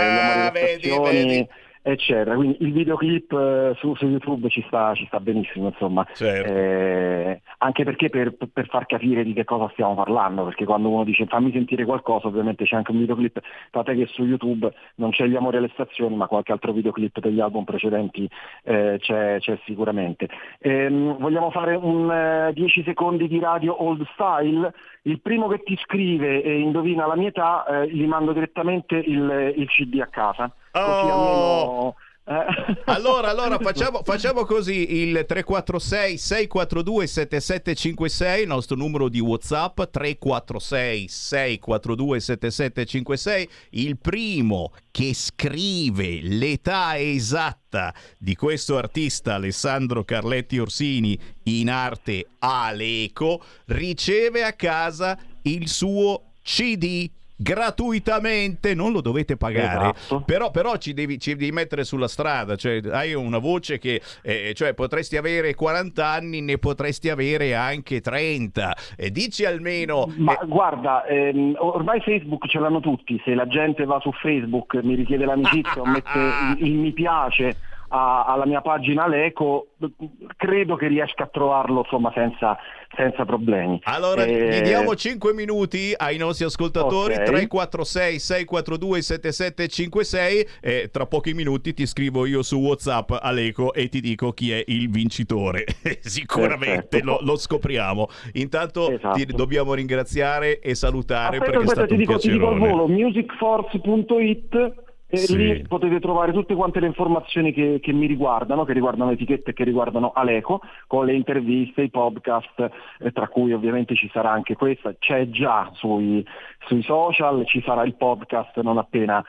vedi. eccetera, quindi il videoclip su YouTube ci sta benissimo, insomma, certo. Anche perché per far capire di che cosa stiamo parlando, perché quando uno dice fammi sentire qualcosa, ovviamente c'è anche un videoclip, tant'è che su YouTube non c'è Gli amori alle stazioni, ma qualche altro videoclip degli album precedenti c'è sicuramente. Vogliamo fare un 10 secondi di radio old style. Il primo che ti scrive e indovina la mia età, gli mando direttamente il CD a casa. Così almeno... Allora facciamo così: il 346 642 7756, il nostro numero di WhatsApp, 346 642 7756. Il primo che scrive l'età esatta di questo artista Alessandro Carletti Orsini, in arte Aleco, riceve a casa il suo CD gratuitamente, non lo dovete pagare, esatto. però ci devi mettere sulla strada, cioè hai una voce che cioè potresti avere 40 anni, ne potresti avere anche 30, dici almeno... Ma guarda, ormai Facebook ce l'hanno tutti, se la gente va su Facebook, mi richiede l'amicizia o mette il mi piace alla mia pagina Aleco, credo che riesca a trovarlo, insomma, senza problemi. Allora gli diamo 5 minuti ai nostri ascoltatori, okay. 346 642 7756, e tra pochi minuti ti scrivo io su WhatsApp Aleco e ti dico chi è il vincitore. Sicuramente lo scopriamo. Intanto ti dobbiamo ringraziare e salutare. Perché è stato un piacerone. Ti dico al volo musicforce.it. Sì. Lì potete trovare tutte quante le informazioni che mi riguardano, che riguardano etichette, che riguardano Aleco, con le interviste, i podcast, tra cui ovviamente ci sarà anche questa, c'è già sui social, ci sarà il podcast non appena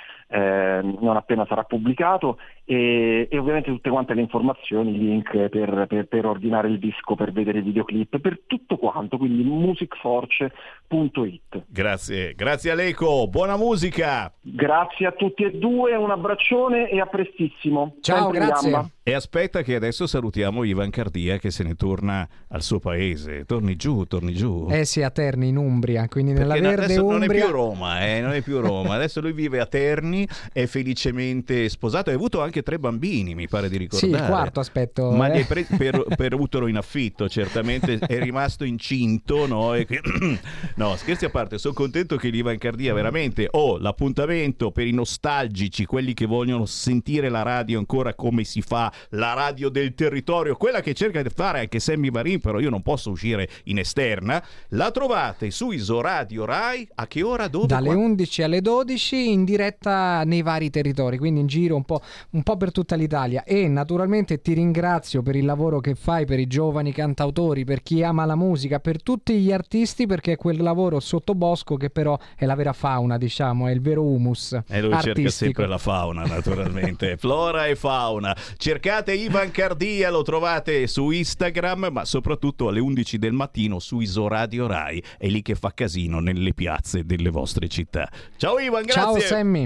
sarà pubblicato, e ovviamente tutte quante le informazioni, i link per ordinare il disco, per vedere i videoclip, per tutto quanto, quindi musicforce.it. Grazie Aleco, buona musica. Grazie a tutti e due, un abbraccione e a prestissimo. Ciao, sempre grazie. E aspetta che adesso salutiamo Ivan Cardia che se ne torna al suo paese. Torni giù. Sì, a Terni in Umbria, quindi nella verde adesso Umbria. Non è più Roma, adesso lui vive a Terni, è felicemente sposato, ha avuto anche 3 bambini, mi pare di ricordare. Sì, il quarto aspetto. Ma li hai per utero in affitto, certamente è rimasto incinto, no? No, scherzi a parte, sono contento che l'Ivan Cardia veramente l'appuntamento per i nostalgici, quelli che vogliono sentire la radio ancora come si fa, la radio del territorio, quella che cerca di fare anche Sammy Varin, però io non posso uscire in esterna. La trovate su Isoradio Rai, a che ora? Dove? Dalle 11 alle 12 in diretta nei vari territori, quindi in giro un po' per tutta l'Italia. E naturalmente ti ringrazio per il lavoro che fai per i giovani cantautori, per chi ama la musica, per tutti gli artisti, perché è quel lavoro sottobosco che però è la vera fauna, diciamo, è il vero humus e lui artistico. Cerca sempre la fauna, naturalmente. Flora e fauna. Cercate Ivan Cardia, lo trovate su Instagram, ma soprattutto alle 11 del mattino su Isoradio Rai, è lì che fa casino nelle piazze delle vostre città. Ciao Ivan, grazie. Ciao Sammy.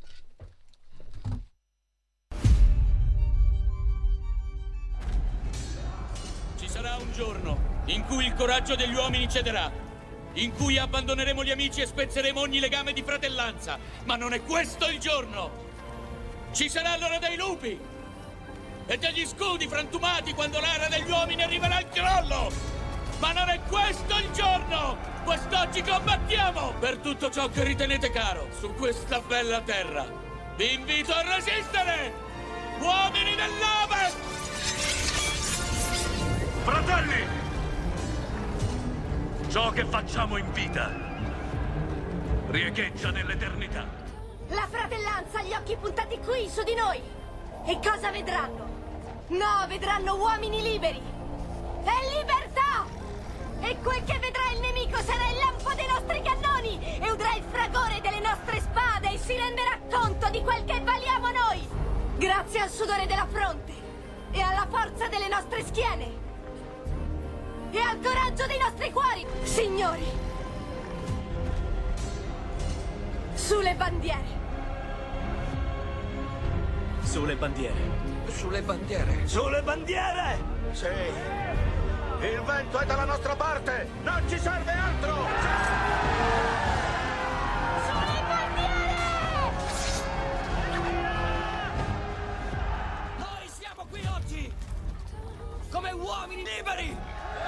Ci sarà un giorno in cui il coraggio degli uomini cederà, in cui abbandoneremo gli amici e spezzeremo ogni legame di fratellanza, ma non è questo il giorno. Ci sarà l'ora dei lupi e degli scudi frantumati quando l'era degli uomini arriverà al crollo, ma non è questo il giorno. Quest'oggi combattiamo per tutto ciò che ritenete caro su questa bella terra. Vi invito a resistere. Uomini dell'Ovest! Fratelli! Ciò che facciamo in vita riecheggia nell'eternità. La fratellanza ha gli occhi puntati qui, su di noi. E cosa vedranno? No, vedranno uomini liberi. E libertà! E quel che vedrà il nemico sarà il lampo dei nostri cannoni e udrà il fragore delle nostre spade e si renderà conto di quel che valiamo noi. Grazie al sudore della fronte e alla forza delle nostre schiene e al coraggio dei nostri cuori, signori. Sulle bandiere. Sulle bandiere. Sulle bandiere. Sulle bandiere! Sì. Il vento è dalla nostra parte! Non ci serve altro! Sulle bandiere! Noi siamo qui oggi! Come uomini liberi!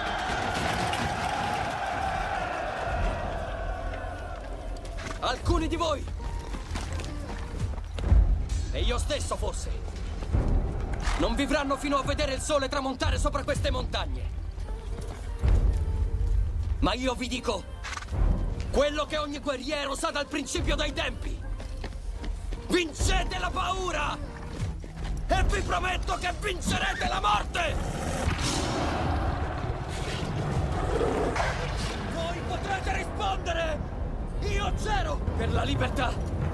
Alcuni di voi! E io stesso forse! Non vivranno fino a vedere il sole tramontare sopra queste montagne! Ma io vi dico quello che ogni guerriero sa dal principio dei tempi. Vincete la paura! E vi prometto che vincerete la morte! Voi potrete rispondere! Io c'ero per la libertà!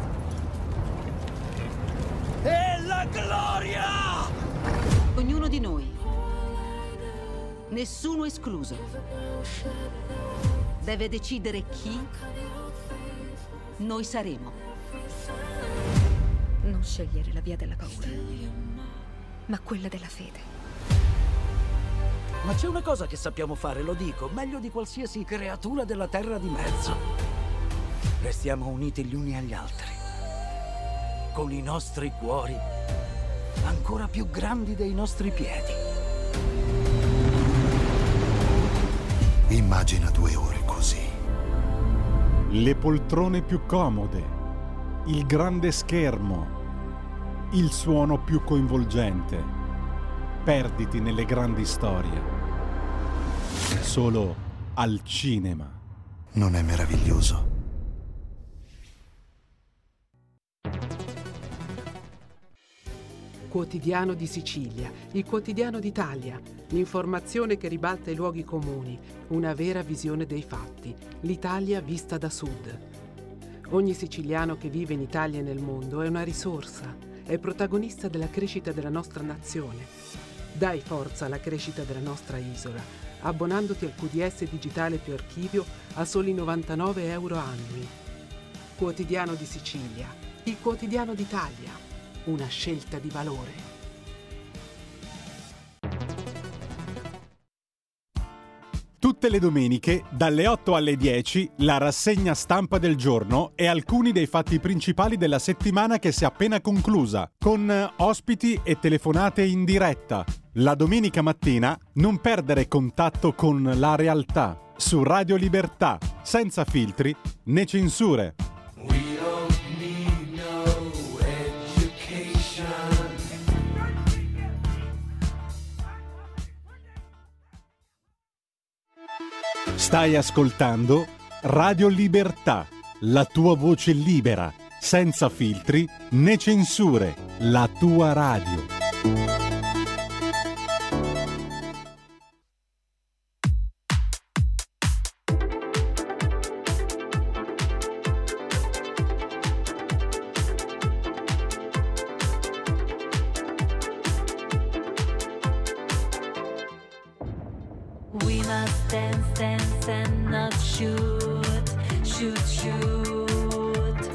E la gloria! Ognuno di noi, nessuno escluso, deve decidere chi noi saremo. Non scegliere la via della paura, ma quella della fede. Ma c'è una cosa che sappiamo fare, lo dico, meglio di qualsiasi creatura della terra di mezzo. Restiamo uniti gli uni agli altri, con i nostri cuori ancora più grandi dei nostri piedi. Immagina 2 ore così. Le poltrone più comode, il grande schermo, il suono più coinvolgente. Perditi nelle grandi storie. Solo al cinema. Non è meraviglioso? Quotidiano di Sicilia, il quotidiano d'Italia, l'informazione che ribalta i luoghi comuni, una vera visione dei fatti, l'Italia vista da sud. Ogni siciliano che vive in Italia e nel mondo è una risorsa, è protagonista della crescita della nostra nazione. Dai forza alla crescita della nostra isola, abbonandoti al QDS digitale più archivio a soli 99 euro annui. Quotidiano di Sicilia, il quotidiano d'Italia. Una scelta di valore. Tutte le domeniche, dalle 8 alle 10, la rassegna stampa del giorno e alcuni dei fatti principali della settimana che si è appena conclusa, con ospiti e telefonate in diretta. La domenica mattina non perdere contatto con la realtà, su Radio Libertà, senza filtri né censure. Stai ascoltando Radio Libertà, la tua voce libera, senza filtri né censure, la tua radio. We must dance, dance and not shoot, shoot, shoot.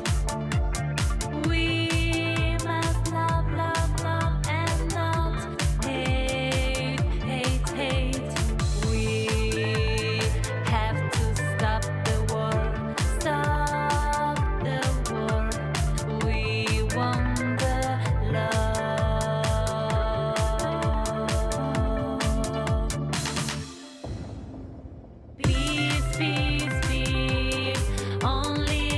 We must love, love, love and not hate, hate, hate. We have to stop the war, stop the war. We want the love. Peace, peace, peace, only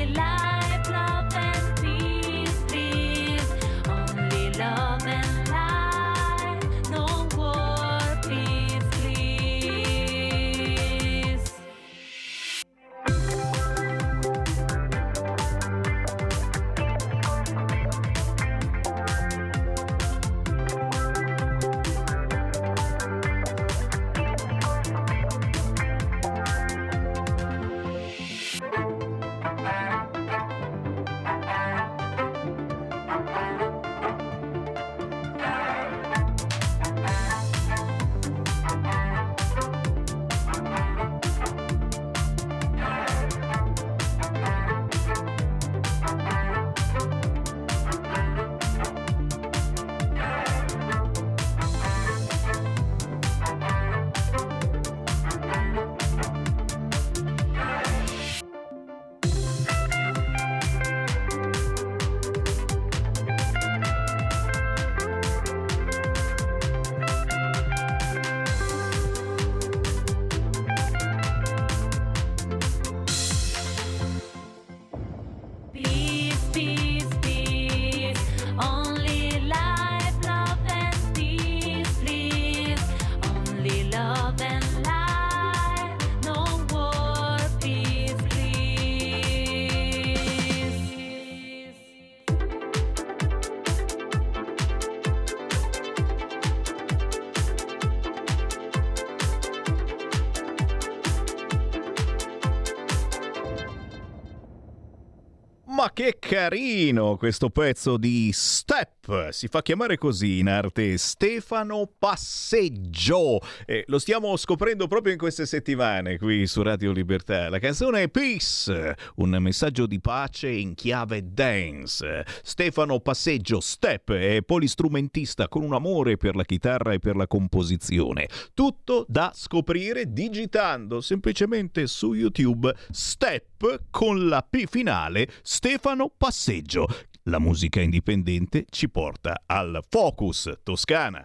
Ma che carino questo pezzo di Step, si fa chiamare così in arte Stefano Passeggio, lo stiamo scoprendo proprio in queste settimane qui su Radio Libertà. La canzone è Peace, un messaggio di pace in chiave dance. Stefano Passeggio, Step, è polistrumentista con un amore per la chitarra e per la composizione. Tutto da scoprire digitando semplicemente su YouTube Step con la P finale, Stefano Passeggio. La musica indipendente ci porta al Focus Toscana.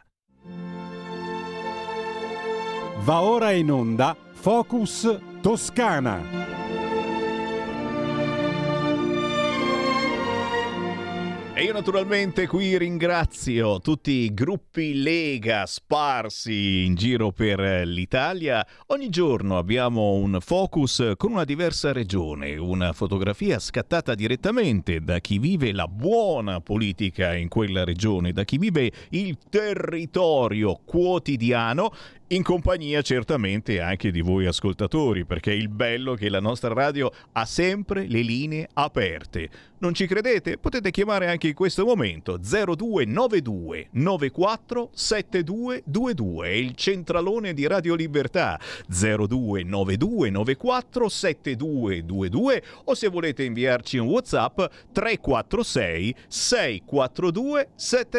Va ora in onda Focus Toscana. E io naturalmente qui ringrazio tutti i gruppi Lega sparsi in giro per l'Italia. Ogni giorno abbiamo un focus con una diversa regione, una fotografia scattata direttamente da chi vive la buona politica in quella regione, da chi vive il territorio quotidiano, in compagnia certamente anche di voi ascoltatori, perché il bello è che la nostra radio ha sempre le linee aperte. Non ci credete? Potete chiamare anche in questo momento 0292 94 7222, è il centralone di Radio Libertà, 0292 94 7222, o se volete inviarci un WhatsApp 346 642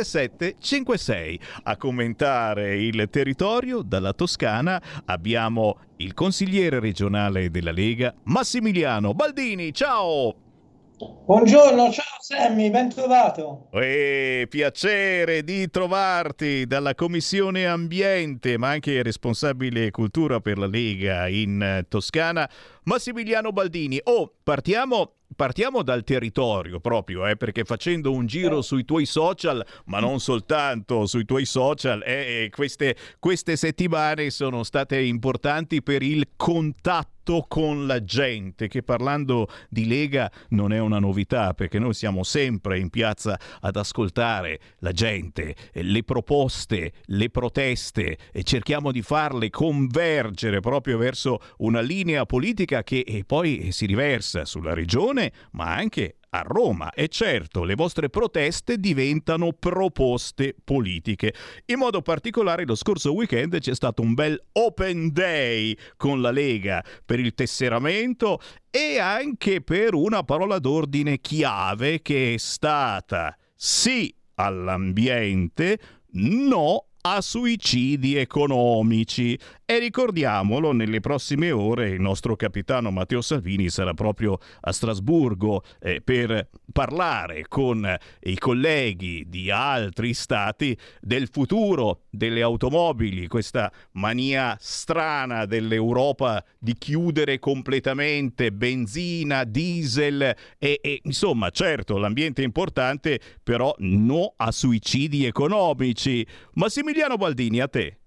7756. A commentare il territorio dalla Toscana abbiamo il consigliere regionale della Lega Massimiliano Baldini. Ciao! Buongiorno, ciao Sammy, ben trovato. Piacere di trovarti dalla Commissione Ambiente, ma anche responsabile cultura per la Lega in Toscana, Massimiliano Baldini. Partiamo dal territorio proprio, perché facendo un giro sui tuoi social, ma non soltanto sui tuoi social, queste settimane sono state importanti per il contatto con la gente, che parlando di Lega non è una novità, perché noi siamo sempre in piazza ad ascoltare la gente, le proposte, le proteste, e cerchiamo di farle convergere proprio verso una linea politica che poi si riversa sulla regione, ma anche a Roma. E certo, le vostre proteste diventano proposte politiche. In modo particolare lo scorso weekend c'è stato un bel open day con la Lega per il tesseramento e anche per una parola d'ordine chiave che è stata sì all'ambiente, no a suicidi economici. E ricordiamolo, nelle prossime ore il nostro capitano Matteo Salvini sarà proprio a Strasburgo per parlare con i colleghi di altri stati del futuro delle automobili, questa mania strana dell'Europa di chiudere completamente benzina, diesel e insomma, certo, l'ambiente è importante, però no a suicidi economici. Massimiliano Baldini, a te.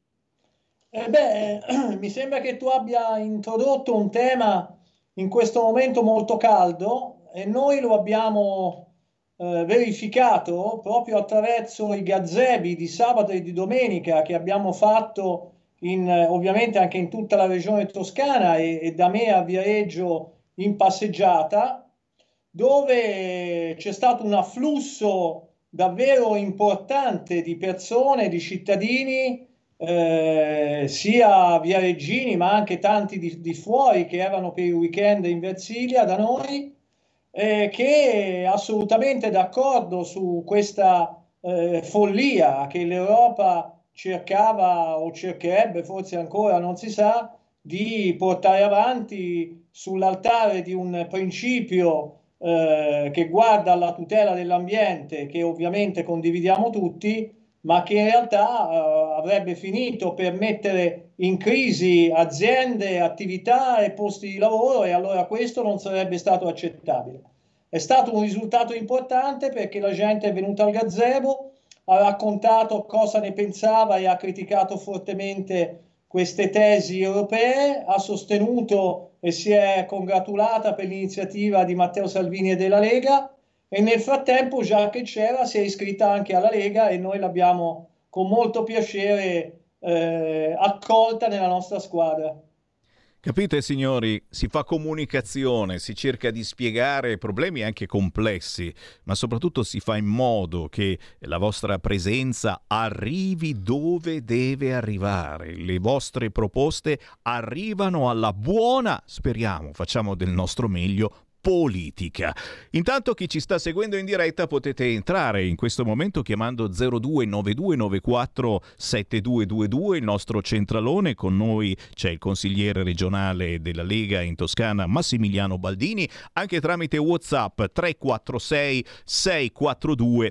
Mi sembra che tu abbia introdotto un tema in questo momento molto caldo e noi lo abbiamo verificato proprio attraverso i gazebi di sabato e di domenica che abbiamo fatto ovviamente anche in tutta la regione toscana e da me a Viareggio in passeggiata, dove c'è stato un afflusso davvero importante di persone, di cittadini, sia viareggini ma anche tanti di fuori che erano per il weekend in Versilia da noi, che assolutamente d'accordo su questa follia che l'Europa cercava o cercherebbe, forse ancora non si sa, di portare avanti sull'altare di un principio che guarda alla tutela dell'ambiente, che ovviamente condividiamo tutti, ma che in realtà avrebbe finito per mettere in crisi aziende, attività e posti di lavoro, e allora questo non sarebbe stato accettabile. È stato un risultato importante perché la gente è venuta al gazebo, ha raccontato cosa ne pensava e ha criticato fortemente queste tesi europee, ha sostenuto e si è congratulata per l'iniziativa di Matteo Salvini e della Lega, e nel frattempo, già che c'era, si è iscritta anche alla Lega e noi l'abbiamo con molto piacere accolta nella nostra squadra. Capite signori, si fa comunicazione, si cerca di spiegare problemi anche complessi, ma soprattutto si fa in modo che la vostra presenza arrivi dove deve arrivare. Le vostre proposte arrivano alla buona, speriamo, facciamo del nostro meglio, politica. Intanto chi ci sta seguendo in diretta potete entrare in questo momento chiamando 0292947222, il nostro centralone. Con noi c'è il consigliere regionale della Lega in Toscana Massimiliano Baldini, anche tramite WhatsApp 346 642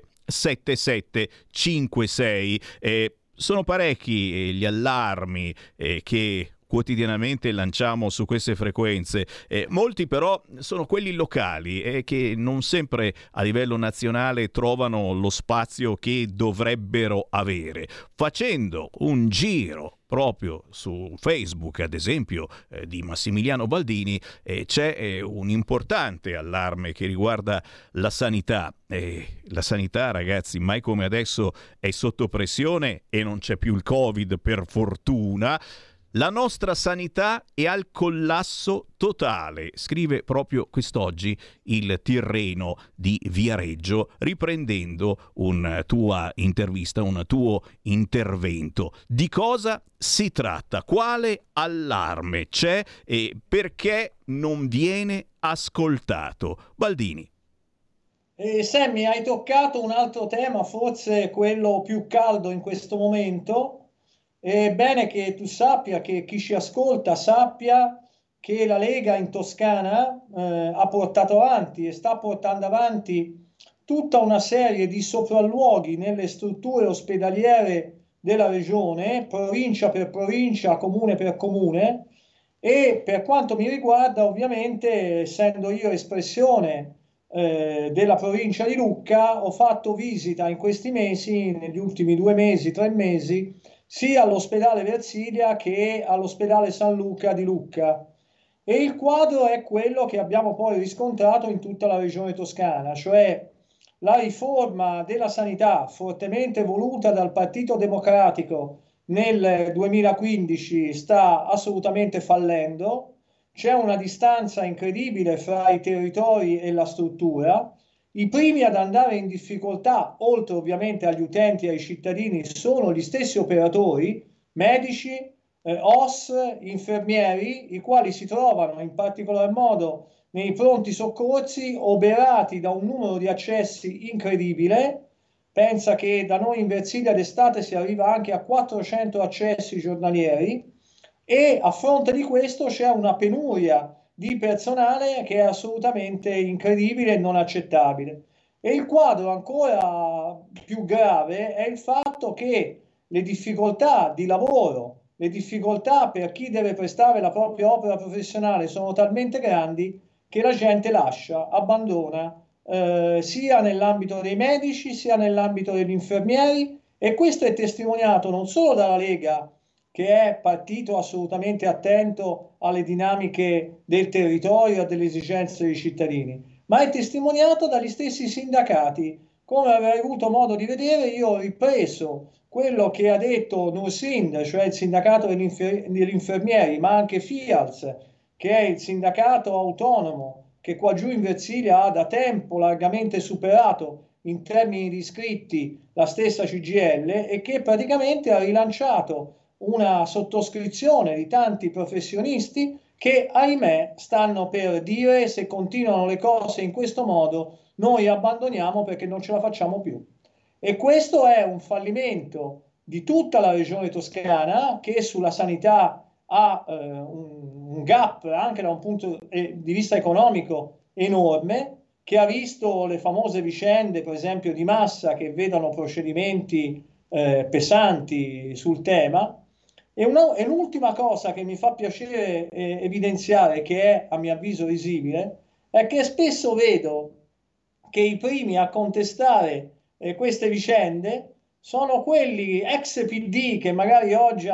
7756. Sono parecchi gli allarmi che quotidianamente lanciamo su queste frequenze. Molti però sono quelli locali che non sempre a livello nazionale trovano lo spazio che dovrebbero avere. Facendo un giro proprio su Facebook, ad esempio, di Massimiliano Baldini, c'è un importante allarme che riguarda la sanità. La sanità, ragazzi, mai come adesso è sotto pressione e non c'è più il Covid, per fortuna. La nostra sanità è al collasso totale, scrive proprio quest'oggi il Tirreno di Viareggio, riprendendo una tua intervista, un tuo intervento. Di cosa si tratta? Quale allarme c'è e perché non viene ascoltato? Baldini. Sammy, hai toccato un altro tema, forse quello più caldo in questo momento. È bene che tu sappia, che chi ci ascolta sappia che la Lega in Toscana ha portato avanti e sta portando avanti tutta una serie di sopralluoghi nelle strutture ospedaliere della regione, provincia per provincia, comune per comune, e per quanto mi riguarda, ovviamente, essendo io espressione della provincia di Lucca, ho fatto visita in questi mesi, negli ultimi 2 mesi, 3 mesi, sia all'ospedale Versilia che all'ospedale San Luca di Lucca, e il quadro è quello che abbiamo poi riscontrato in tutta la regione toscana, cioè la riforma della sanità fortemente voluta dal Partito Democratico nel 2015 sta assolutamente fallendo. C'è una distanza incredibile fra i territori e la struttura. I primi ad andare in difficoltà, oltre ovviamente agli utenti e ai cittadini, sono gli stessi operatori, medici, OS, infermieri, i quali si trovano in particolar modo nei pronti soccorsi oberati da un numero di accessi incredibile. Pensa che da noi in Versilia d'estate si arriva anche a 400 accessi giornalieri, e a fronte di questo c'è una penuria di personale che è assolutamente incredibile e non accettabile. E il quadro ancora più grave è il fatto che le difficoltà di lavoro, le difficoltà per chi deve prestare la propria opera professionale sono talmente grandi che la gente lascia, abbandona, sia nell'ambito dei medici sia nell'ambito degli infermieri, e questo è testimoniato non solo dalla Lega, che è partito assolutamente attento alle dinamiche del territorio e delle esigenze dei cittadini, ma è testimoniato dagli stessi sindacati. Come avrei avuto modo di vedere, io ho ripreso quello che ha detto Nursind, cioè il sindacato degli infermieri, ma anche FIALS, che è il sindacato autonomo, che qua giù in Versilia ha da tempo largamente superato in termini di iscritti la stessa CGIL, e che praticamente ha rilanciato una sottoscrizione di tanti professionisti che, ahimè, stanno per dire: se continuano le cose in questo modo noi abbandoniamo perché non ce la facciamo più. E questo è un fallimento di tutta la regione toscana, che sulla sanità ha un gap anche da un punto di vista economico enorme, che ha visto le famose vicende, per esempio di Massa, che vedono procedimenti pesanti sul tema. E l'ultima cosa che mi fa piacere evidenziare, che è a mio avviso visibile, è che spesso vedo che i primi a contestare queste vicende sono quelli ex PD che magari oggi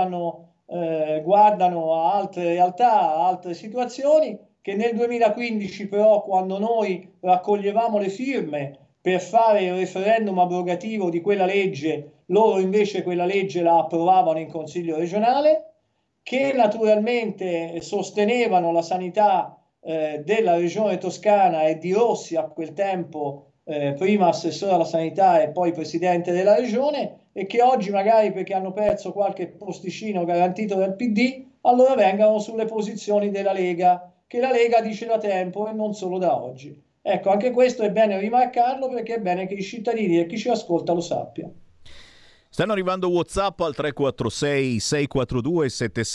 guardano a altre realtà, a altre situazioni, che nel 2015 però, quando noi raccoglievamo le firme per fare il referendum abrogativo di quella legge, loro invece quella legge la approvavano in Consiglio regionale, che naturalmente sostenevano la sanità della regione toscana e di Rossi a quel tempo, prima assessore alla sanità e poi presidente della regione, e che oggi magari perché hanno perso qualche posticino garantito dal PD, allora vengano sulle posizioni della Lega, che la Lega dice da tempo e non solo da oggi. Ecco, anche questo è bene rimarcarlo, perché è bene che i cittadini e chi ci ascolta lo sappia. Stanno arrivando WhatsApp al 346 642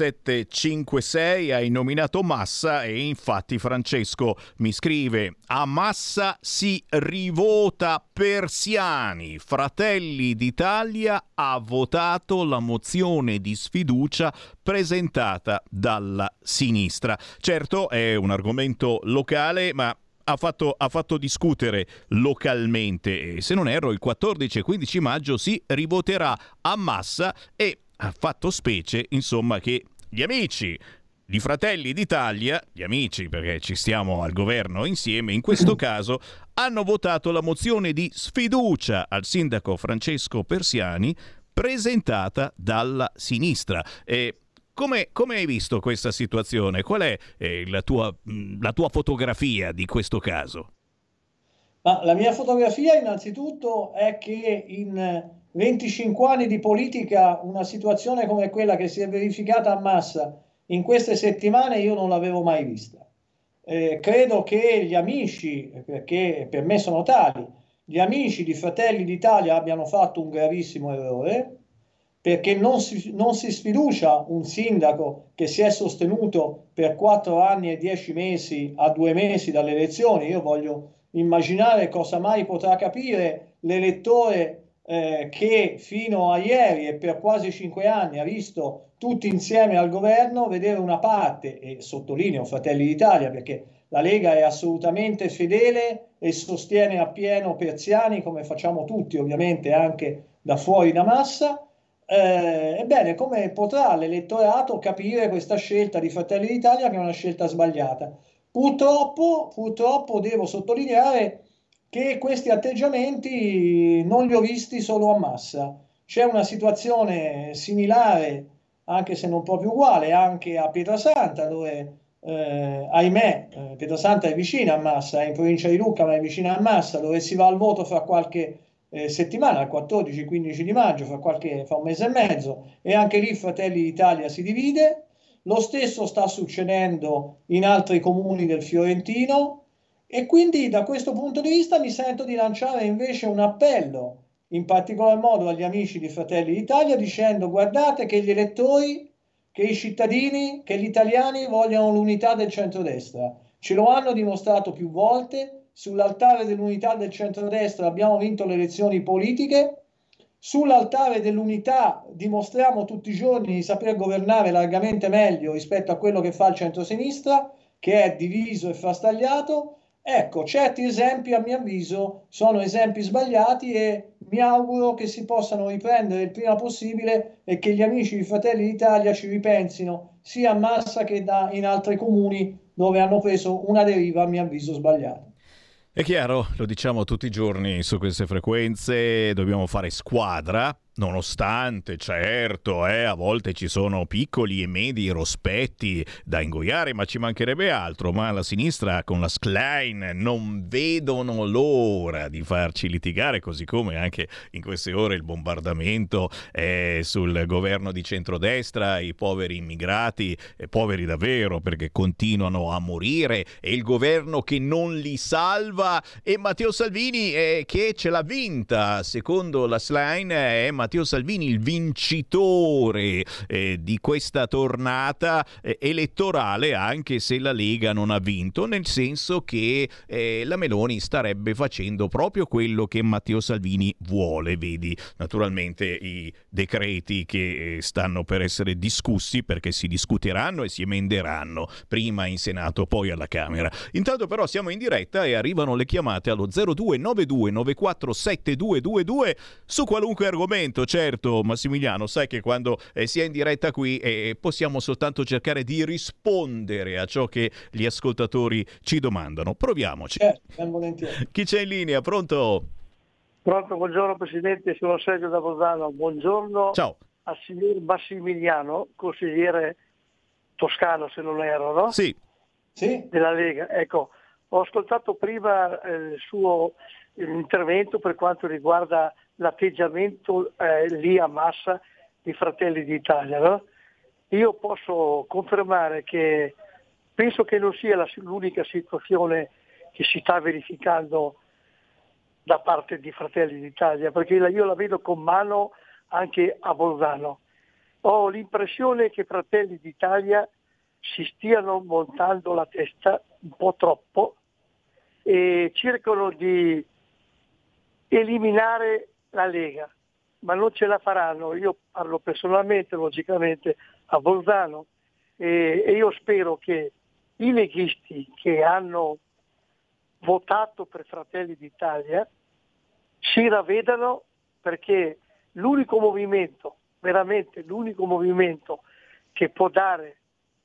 7756. Hai nominato Massa e infatti Francesco mi scrive: a Massa si rivota Persiani. Fratelli d'Italia ha votato la mozione di sfiducia presentata dalla sinistra. Certo, è un argomento locale, ma ha fatto discutere localmente, e se non erro il 14 e 15 maggio si rivoterà a Massa, e ha fatto specie insomma che gli amici di Fratelli d'Italia, gli amici perché ci stiamo al governo insieme in questo caso, hanno votato la mozione di sfiducia al sindaco Francesco Persiani presentata dalla sinistra. Come hai visto questa situazione? Qual è la tua fotografia di questo caso? Ma la mia fotografia innanzitutto è che in 25 anni di politica una situazione come quella che si è verificata a Massa in queste settimane io non l'avevo mai vista. Credo che gli amici, perché per me sono tali, gli amici di Fratelli d'Italia abbiano fatto un gravissimo errore, perché non si sfiducia un sindaco che si è sostenuto per 4 anni e 10 mesi a 2 mesi dalle elezioni. Io voglio immaginare cosa mai potrà capire l'elettore che fino a ieri e per quasi 5 anni ha visto tutti insieme al governo, vedere una parte, e sottolineo Fratelli d'Italia perché la Lega è assolutamente fedele e sostiene appieno Persiani, come facciamo tutti ovviamente anche da fuori da Massa. Ebbene, come potrà l'elettorato capire questa scelta di Fratelli d'Italia, che è una scelta sbagliata? Purtroppo devo sottolineare che questi atteggiamenti non li ho visti solo a Massa. C'è una situazione similare, anche se non proprio uguale, anche a Pietrasanta, dove ahimè Pietrasanta è vicina a Massa, è in provincia di Lucca ma è vicina a Massa, dove si va al voto fra qualche settimana, il 14-15 di maggio, fra un mese e mezzo, e anche lì Fratelli d'Italia si divide. Lo stesso sta succedendo in altri comuni del Fiorentino, e quindi da questo punto di vista mi sento di lanciare invece un appello, in particolar modo agli amici di Fratelli d'Italia, dicendo: guardate che gli elettori, che i cittadini, che gli italiani vogliono l'unità del centrodestra. Ce lo hanno dimostrato più volte. Sull'altare dell'unità del centrodestra abbiamo vinto le elezioni politiche, sull'altare dell'unità dimostriamo tutti i giorni di saper governare largamente meglio rispetto a quello che fa il centrosinistra, che è diviso e frastagliato. Ecco, certi esempi a mio avviso sono esempi sbagliati e mi auguro che si possano riprendere il prima possibile e che gli amici di Fratelli d'Italia ci ripensino sia a Massa che in altri comuni dove hanno preso una deriva a mio avviso sbagliata. È chiaro, lo diciamo tutti i giorni su queste frequenze, dobbiamo fare squadra, nonostante, certo, a volte ci sono piccoli e medi rospetti da ingoiare, ma ci mancherebbe altro, ma la sinistra con la Schlein non vedono l'ora di farci litigare, così come anche in queste ore il bombardamento sul governo di centrodestra, i poveri immigrati, poveri davvero perché continuano a morire, e il governo che non li salva, e Matteo Salvini che ce l'ha vinta, secondo la Schlein è Matteo Salvini il vincitore di questa tornata elettorale, anche se la Lega non ha vinto, nel senso che la Meloni starebbe facendo proprio quello che Matteo Salvini vuole. Vedi naturalmente i decreti che stanno per essere discussi, perché si discuteranno e si emenderanno prima in Senato poi alla Camera. Intanto però siamo in diretta e arrivano le chiamate allo 0292 94 7222 su qualunque argomento. Certo, Massimiliano, sai che quando si è in diretta qui possiamo soltanto cercare di rispondere a ciò che gli ascoltatori ci domandano. Proviamoci. Ben volentieri. Chi c'è in linea? Pronto? Pronto, buongiorno Presidente, sono Sergio da Bolzano. Buongiorno. Ciao. A signor Massimiliano, consigliere Toscano, se non erro, no? Sì. Della Lega. Ecco, ho ascoltato prima il suo intervento per quanto riguarda l'atteggiamento lì a massa di Fratelli d'Italia, no? Io posso confermare che penso che non sia l'unica situazione che si sta verificando da parte di Fratelli d'Italia, perché io la vedo con mano anche a Bolzano. Ho l'impressione che Fratelli d'Italia si stiano montando la testa un po' troppo e cercano di eliminare la Lega, ma non ce la faranno. Io parlo personalmente, logicamente, a Bolzano e io spero che i leghisti che hanno votato per Fratelli d'Italia si ravvedano, perché l'unico movimento, veramente l'unico movimento che può dare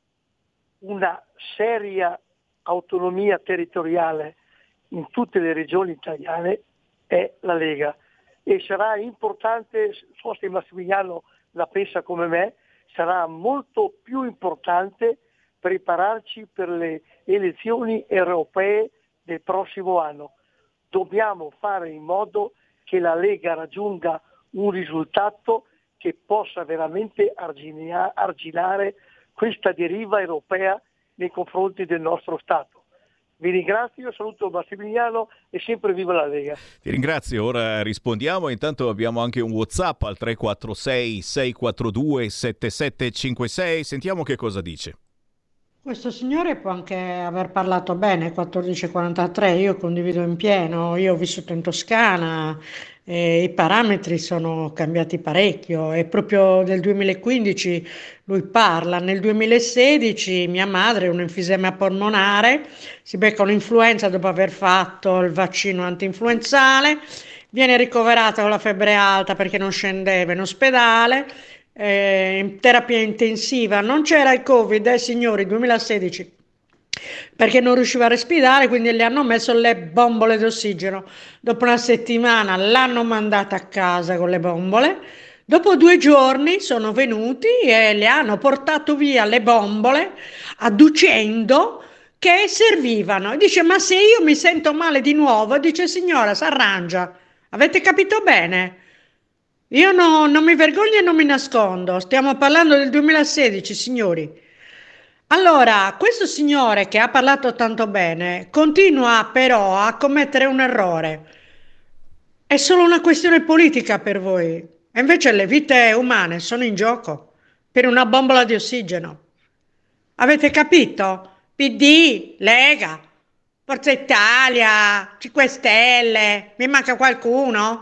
una seria autonomia territoriale in tutte le regioni italiane è la Lega, e sarà importante, so se Massimiliano la pensa come me, sarà molto più importante prepararci per le elezioni europee del prossimo anno. Dobbiamo fare in modo che la Lega raggiunga un risultato che possa veramente arginare questa deriva europea nei confronti del nostro Stato. Vi ringrazio, saluto Massimiliano e sempre viva la Lega. Ti ringrazio, ora rispondiamo. Intanto abbiamo anche un WhatsApp al 346 642 7756. Sentiamo che cosa dice. Questo signore può anche aver parlato bene, 1443, io condivido in pieno, io ho vissuto in Toscana e i parametri sono cambiati parecchio, e proprio nel 2015 lui parla, nel 2016 mia madre, un enfisema polmonare, si becca un'influenza dopo aver fatto il vaccino antinfluenzale, viene ricoverata con la febbre alta perché non scendeva in ospedale, in terapia intensiva, non c'era il Covid, signori, 2016, perché non riusciva a respirare, quindi le hanno messo le bombole d'ossigeno. Dopo una settimana l'hanno mandata a casa con le bombole, dopo 2 giorni sono venuti e le hanno portato via le bombole adducendo che servivano, e dice: ma se io mi sento male di nuovo, dice: signora, s'arrangia, avete capito bene? Io non mi vergogno e non mi nascondo, stiamo parlando del 2016, signori. Allora, questo signore che ha parlato tanto bene continua però a commettere un errore. È solo una questione politica per voi, e invece le vite umane sono in gioco per una bombola di ossigeno. Avete capito? PD, Lega, Forza Italia, 5 Stelle, mi manca qualcuno?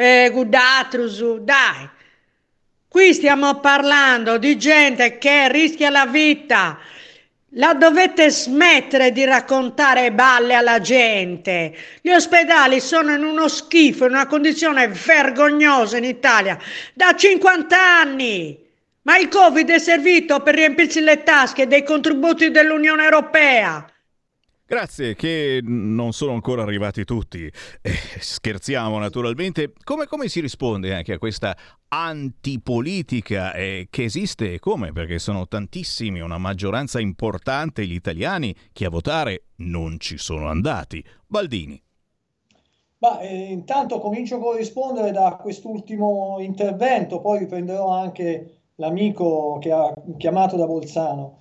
Gudatrus, dai. Qui stiamo parlando di gente che rischia la vita. La dovete smettere di raccontare balle alla gente. Gli ospedali sono in uno schifo, in una condizione vergognosa in Italia da 50 anni. Ma il Covid è servito per riempirsi le tasche dei contributi dell'Unione Europea. Grazie, che non sono ancora arrivati tutti. Scherziamo naturalmente. Come si risponde anche a questa antipolitica che esiste e come? Perché sono tantissimi, una maggioranza importante gli italiani che a votare non ci sono andati. Baldini. Intanto comincio a corrispondere da quest'ultimo intervento, poi riprenderò anche l'amico che ha chiamato da Bolzano.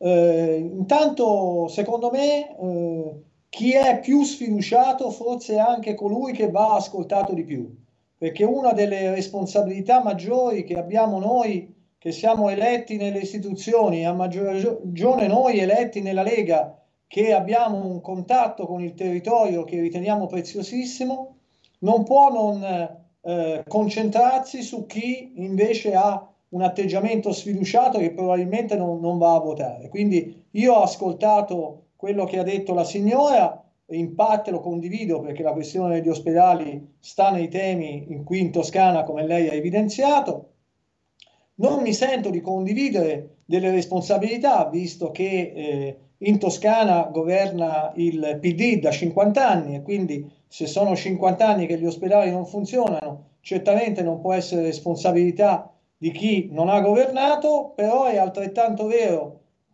Intanto secondo me chi è più sfiduciato forse è anche colui che va ascoltato di più, perché una delle responsabilità maggiori che abbiamo noi che siamo eletti nelle istituzioni, a maggior ragione noi eletti nella Lega, che abbiamo un contatto con il territorio che riteniamo preziosissimo, non può non concentrarsi su chi invece ha un atteggiamento sfiduciato che probabilmente non va a votare. Quindi io ho ascoltato quello che ha detto la signora, in parte lo condivido perché la questione degli ospedali sta nei temi in cui in Toscana, come lei ha evidenziato. Non mi sento di condividere delle responsabilità, visto che in Toscana governa il PD da 50 anni, e quindi se sono 50 anni che gli ospedali non funzionano, certamente non può essere responsabilità di chi non ha governato, però è altrettanto vero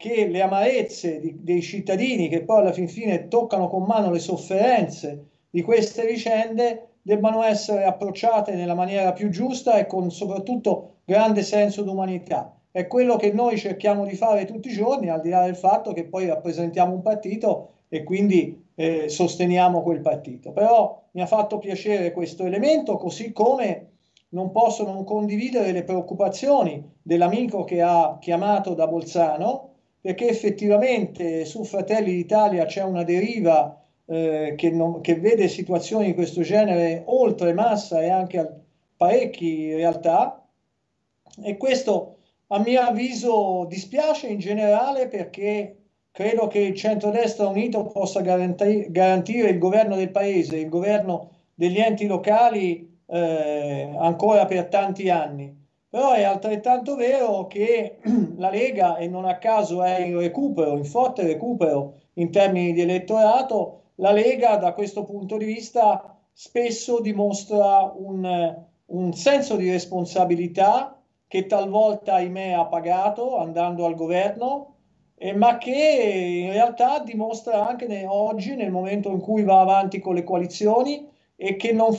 che le amarezze dei cittadini, che poi alla fin fine toccano con mano le sofferenze di queste vicende, debbano essere approcciate nella maniera più giusta e con soprattutto grande senso d'umanità. È quello che noi cerchiamo di fare tutti i giorni, al di là del fatto che poi rappresentiamo un partito e quindi sosteniamo quel partito. Però mi ha fatto piacere questo elemento, così come non posso non condividere le preoccupazioni dell'amico che ha chiamato da Bolzano, perché effettivamente su Fratelli d'Italia c'è una deriva che vede situazioni di questo genere oltre Massa e anche a parecchi realtà, e questo a mio avviso dispiace in generale, perché credo che il centrodestra unito possa garantire il governo del paese, il governo degli enti locali ancora per tanti anni. Però è altrettanto vero che la Lega, e non a caso è in forte recupero in termini di elettorato, la Lega da questo punto di vista spesso dimostra un senso di responsabilità che talvolta, ahimè, ha pagato andando al governo, ma che in realtà dimostra anche oggi, nel momento in cui va avanti con le coalizioni, e che non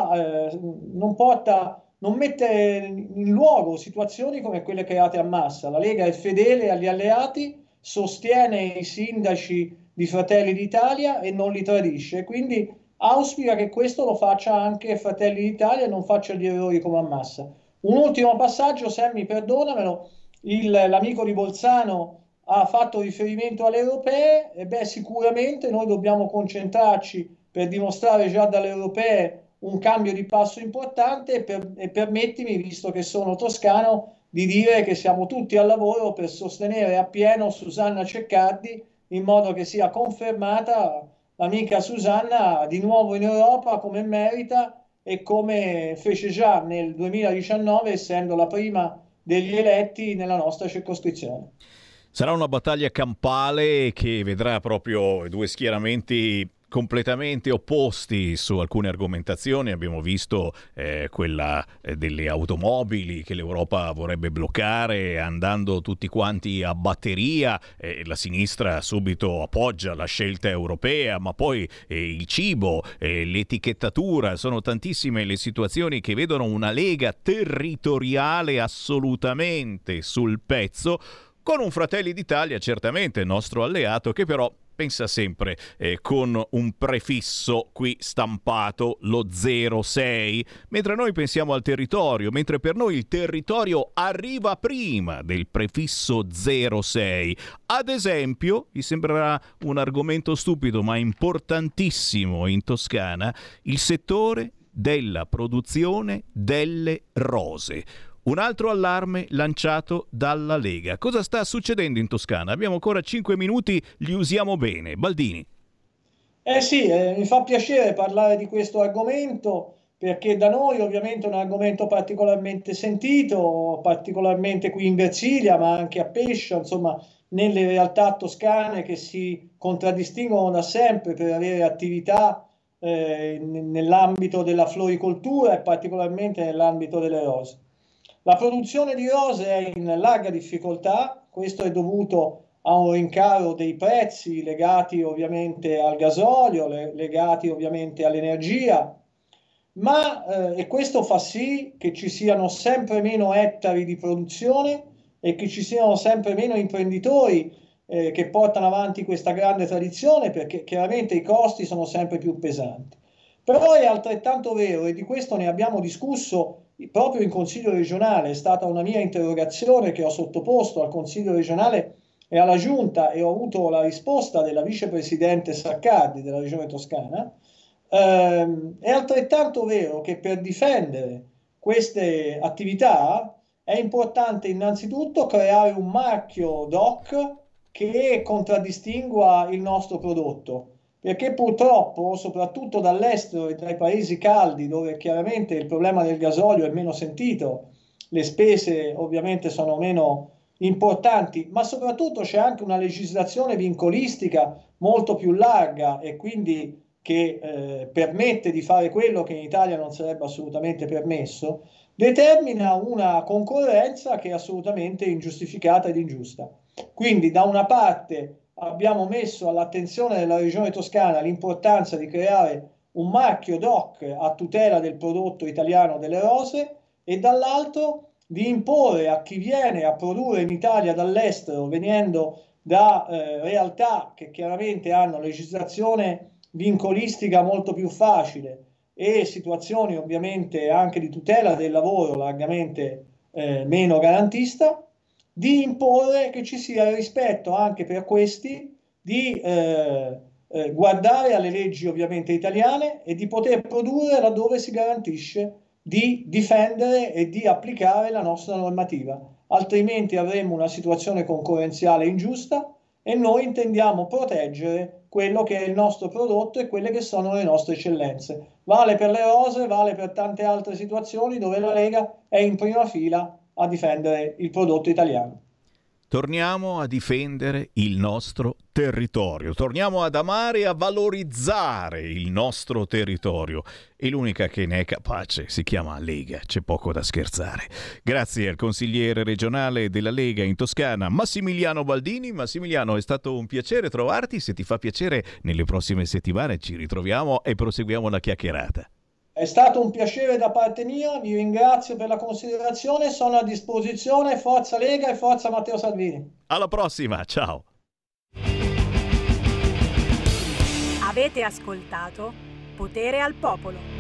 mette in luogo situazioni come quelle create a Massa. La Lega è fedele agli alleati, sostiene i sindaci di Fratelli d'Italia e non li tradisce, quindi auspica che questo lo faccia anche Fratelli d'Italia e non faccia gli errori come a Massa. Un ultimo passaggio, Sammy, perdonamelo, l'amico di Bolzano ha fatto riferimento alle europee, e sicuramente noi dobbiamo concentrarci per dimostrare già dalle europee un cambio di passo importante, e permettimi, visto che sono toscano, di dire che siamo tutti al lavoro per sostenere appieno Susanna Ceccardi, in modo che sia confermata l'amica Susanna di nuovo in Europa come merita e come fece già nel 2019, essendo la prima degli eletti nella nostra circoscrizione. Sarà una battaglia campale che vedrà proprio due schieramenti completamente opposti su alcune argomentazioni. Abbiamo visto quella delle automobili che l'Europa vorrebbe bloccare andando tutti quanti a batteria, la sinistra subito appoggia la scelta europea, ma poi il cibo, l'etichettatura, sono tantissime le situazioni che vedono una Lega territoriale assolutamente sul pezzo, con un Fratelli d'Italia certamente nostro alleato, che però pensa sempre con un prefisso qui stampato, lo 06, mentre noi pensiamo al territorio, mentre per noi il territorio arriva prima del prefisso 06. Ad esempio, vi sembrerà un argomento stupido ma importantissimo in Toscana, il settore della produzione delle rose. Un altro allarme lanciato dalla Lega. Cosa sta succedendo in Toscana? Abbiamo ancora 5 minuti, li usiamo bene. Baldini. Sì, mi fa piacere parlare di questo argomento, perché da noi ovviamente è un argomento particolarmente sentito, particolarmente qui in Versilia, ma anche a Pescia, insomma, nelle realtà toscane che si contraddistinguono da sempre per avere attività nell'ambito della floricoltura e particolarmente nell'ambito delle rose. La produzione di rose è in larga difficoltà, questo è dovuto a un rincaro dei prezzi legati ovviamente al gasolio, legati ovviamente all'energia, e questo fa sì che ci siano sempre meno ettari di produzione e che ci siano sempre meno imprenditori che portano avanti questa grande tradizione, perché chiaramente i costi sono sempre più pesanti. Però è altrettanto vero, e di questo ne abbiamo discusso proprio in Consiglio regionale, è stata una mia interrogazione che ho sottoposto al Consiglio regionale e alla Giunta, e ho avuto la risposta della vicepresidente Saccardi della Regione Toscana. È altrettanto vero che per difendere queste attività è importante innanzitutto creare un marchio DOC che contraddistingua il nostro prodotto, perché purtroppo, soprattutto dall'estero e dai paesi caldi, dove chiaramente il problema del gasolio è meno sentito, le spese ovviamente sono meno importanti, ma soprattutto c'è anche una legislazione vincolistica molto più larga e quindi che permette di fare quello che in Italia non sarebbe assolutamente permesso, determina una concorrenza che è assolutamente ingiustificata ed ingiusta. Quindi da una parte abbiamo messo all'attenzione della Regione Toscana l'importanza di creare un marchio DOC a tutela del prodotto italiano delle rose e dall'altro di imporre a chi viene a produrre in Italia dall'estero, venendo da realtà che chiaramente hanno legislazione vincolistica molto più facile e situazioni ovviamente anche di tutela del lavoro largamente meno garantista, di imporre che ci sia il rispetto anche per questi, di guardare alle leggi ovviamente italiane e di poter produrre laddove si garantisce di difendere e di applicare la nostra normativa, altrimenti avremo una situazione concorrenziale ingiusta e noi intendiamo proteggere quello che è il nostro prodotto e quelle che sono le nostre eccellenze. Vale per le rose, vale per tante altre situazioni dove la Lega è in prima fila a difendere il prodotto italiano. Torniamo a difendere il nostro territorio, torniamo ad amare e a valorizzare il nostro territorio e l'unica che ne è capace si chiama Lega, c'è poco da scherzare. Grazie al consigliere regionale della Lega in Toscana, Massimiliano Baldini. Massimiliano, è stato un piacere trovarti, se ti fa piacere nelle prossime settimane ci ritroviamo e proseguiamo la chiacchierata. È stato un piacere da parte mia, vi ringrazio per la considerazione, sono a disposizione, forza Lega e forza Matteo Salvini. Alla prossima, ciao! Avete ascoltato Potere al Popolo.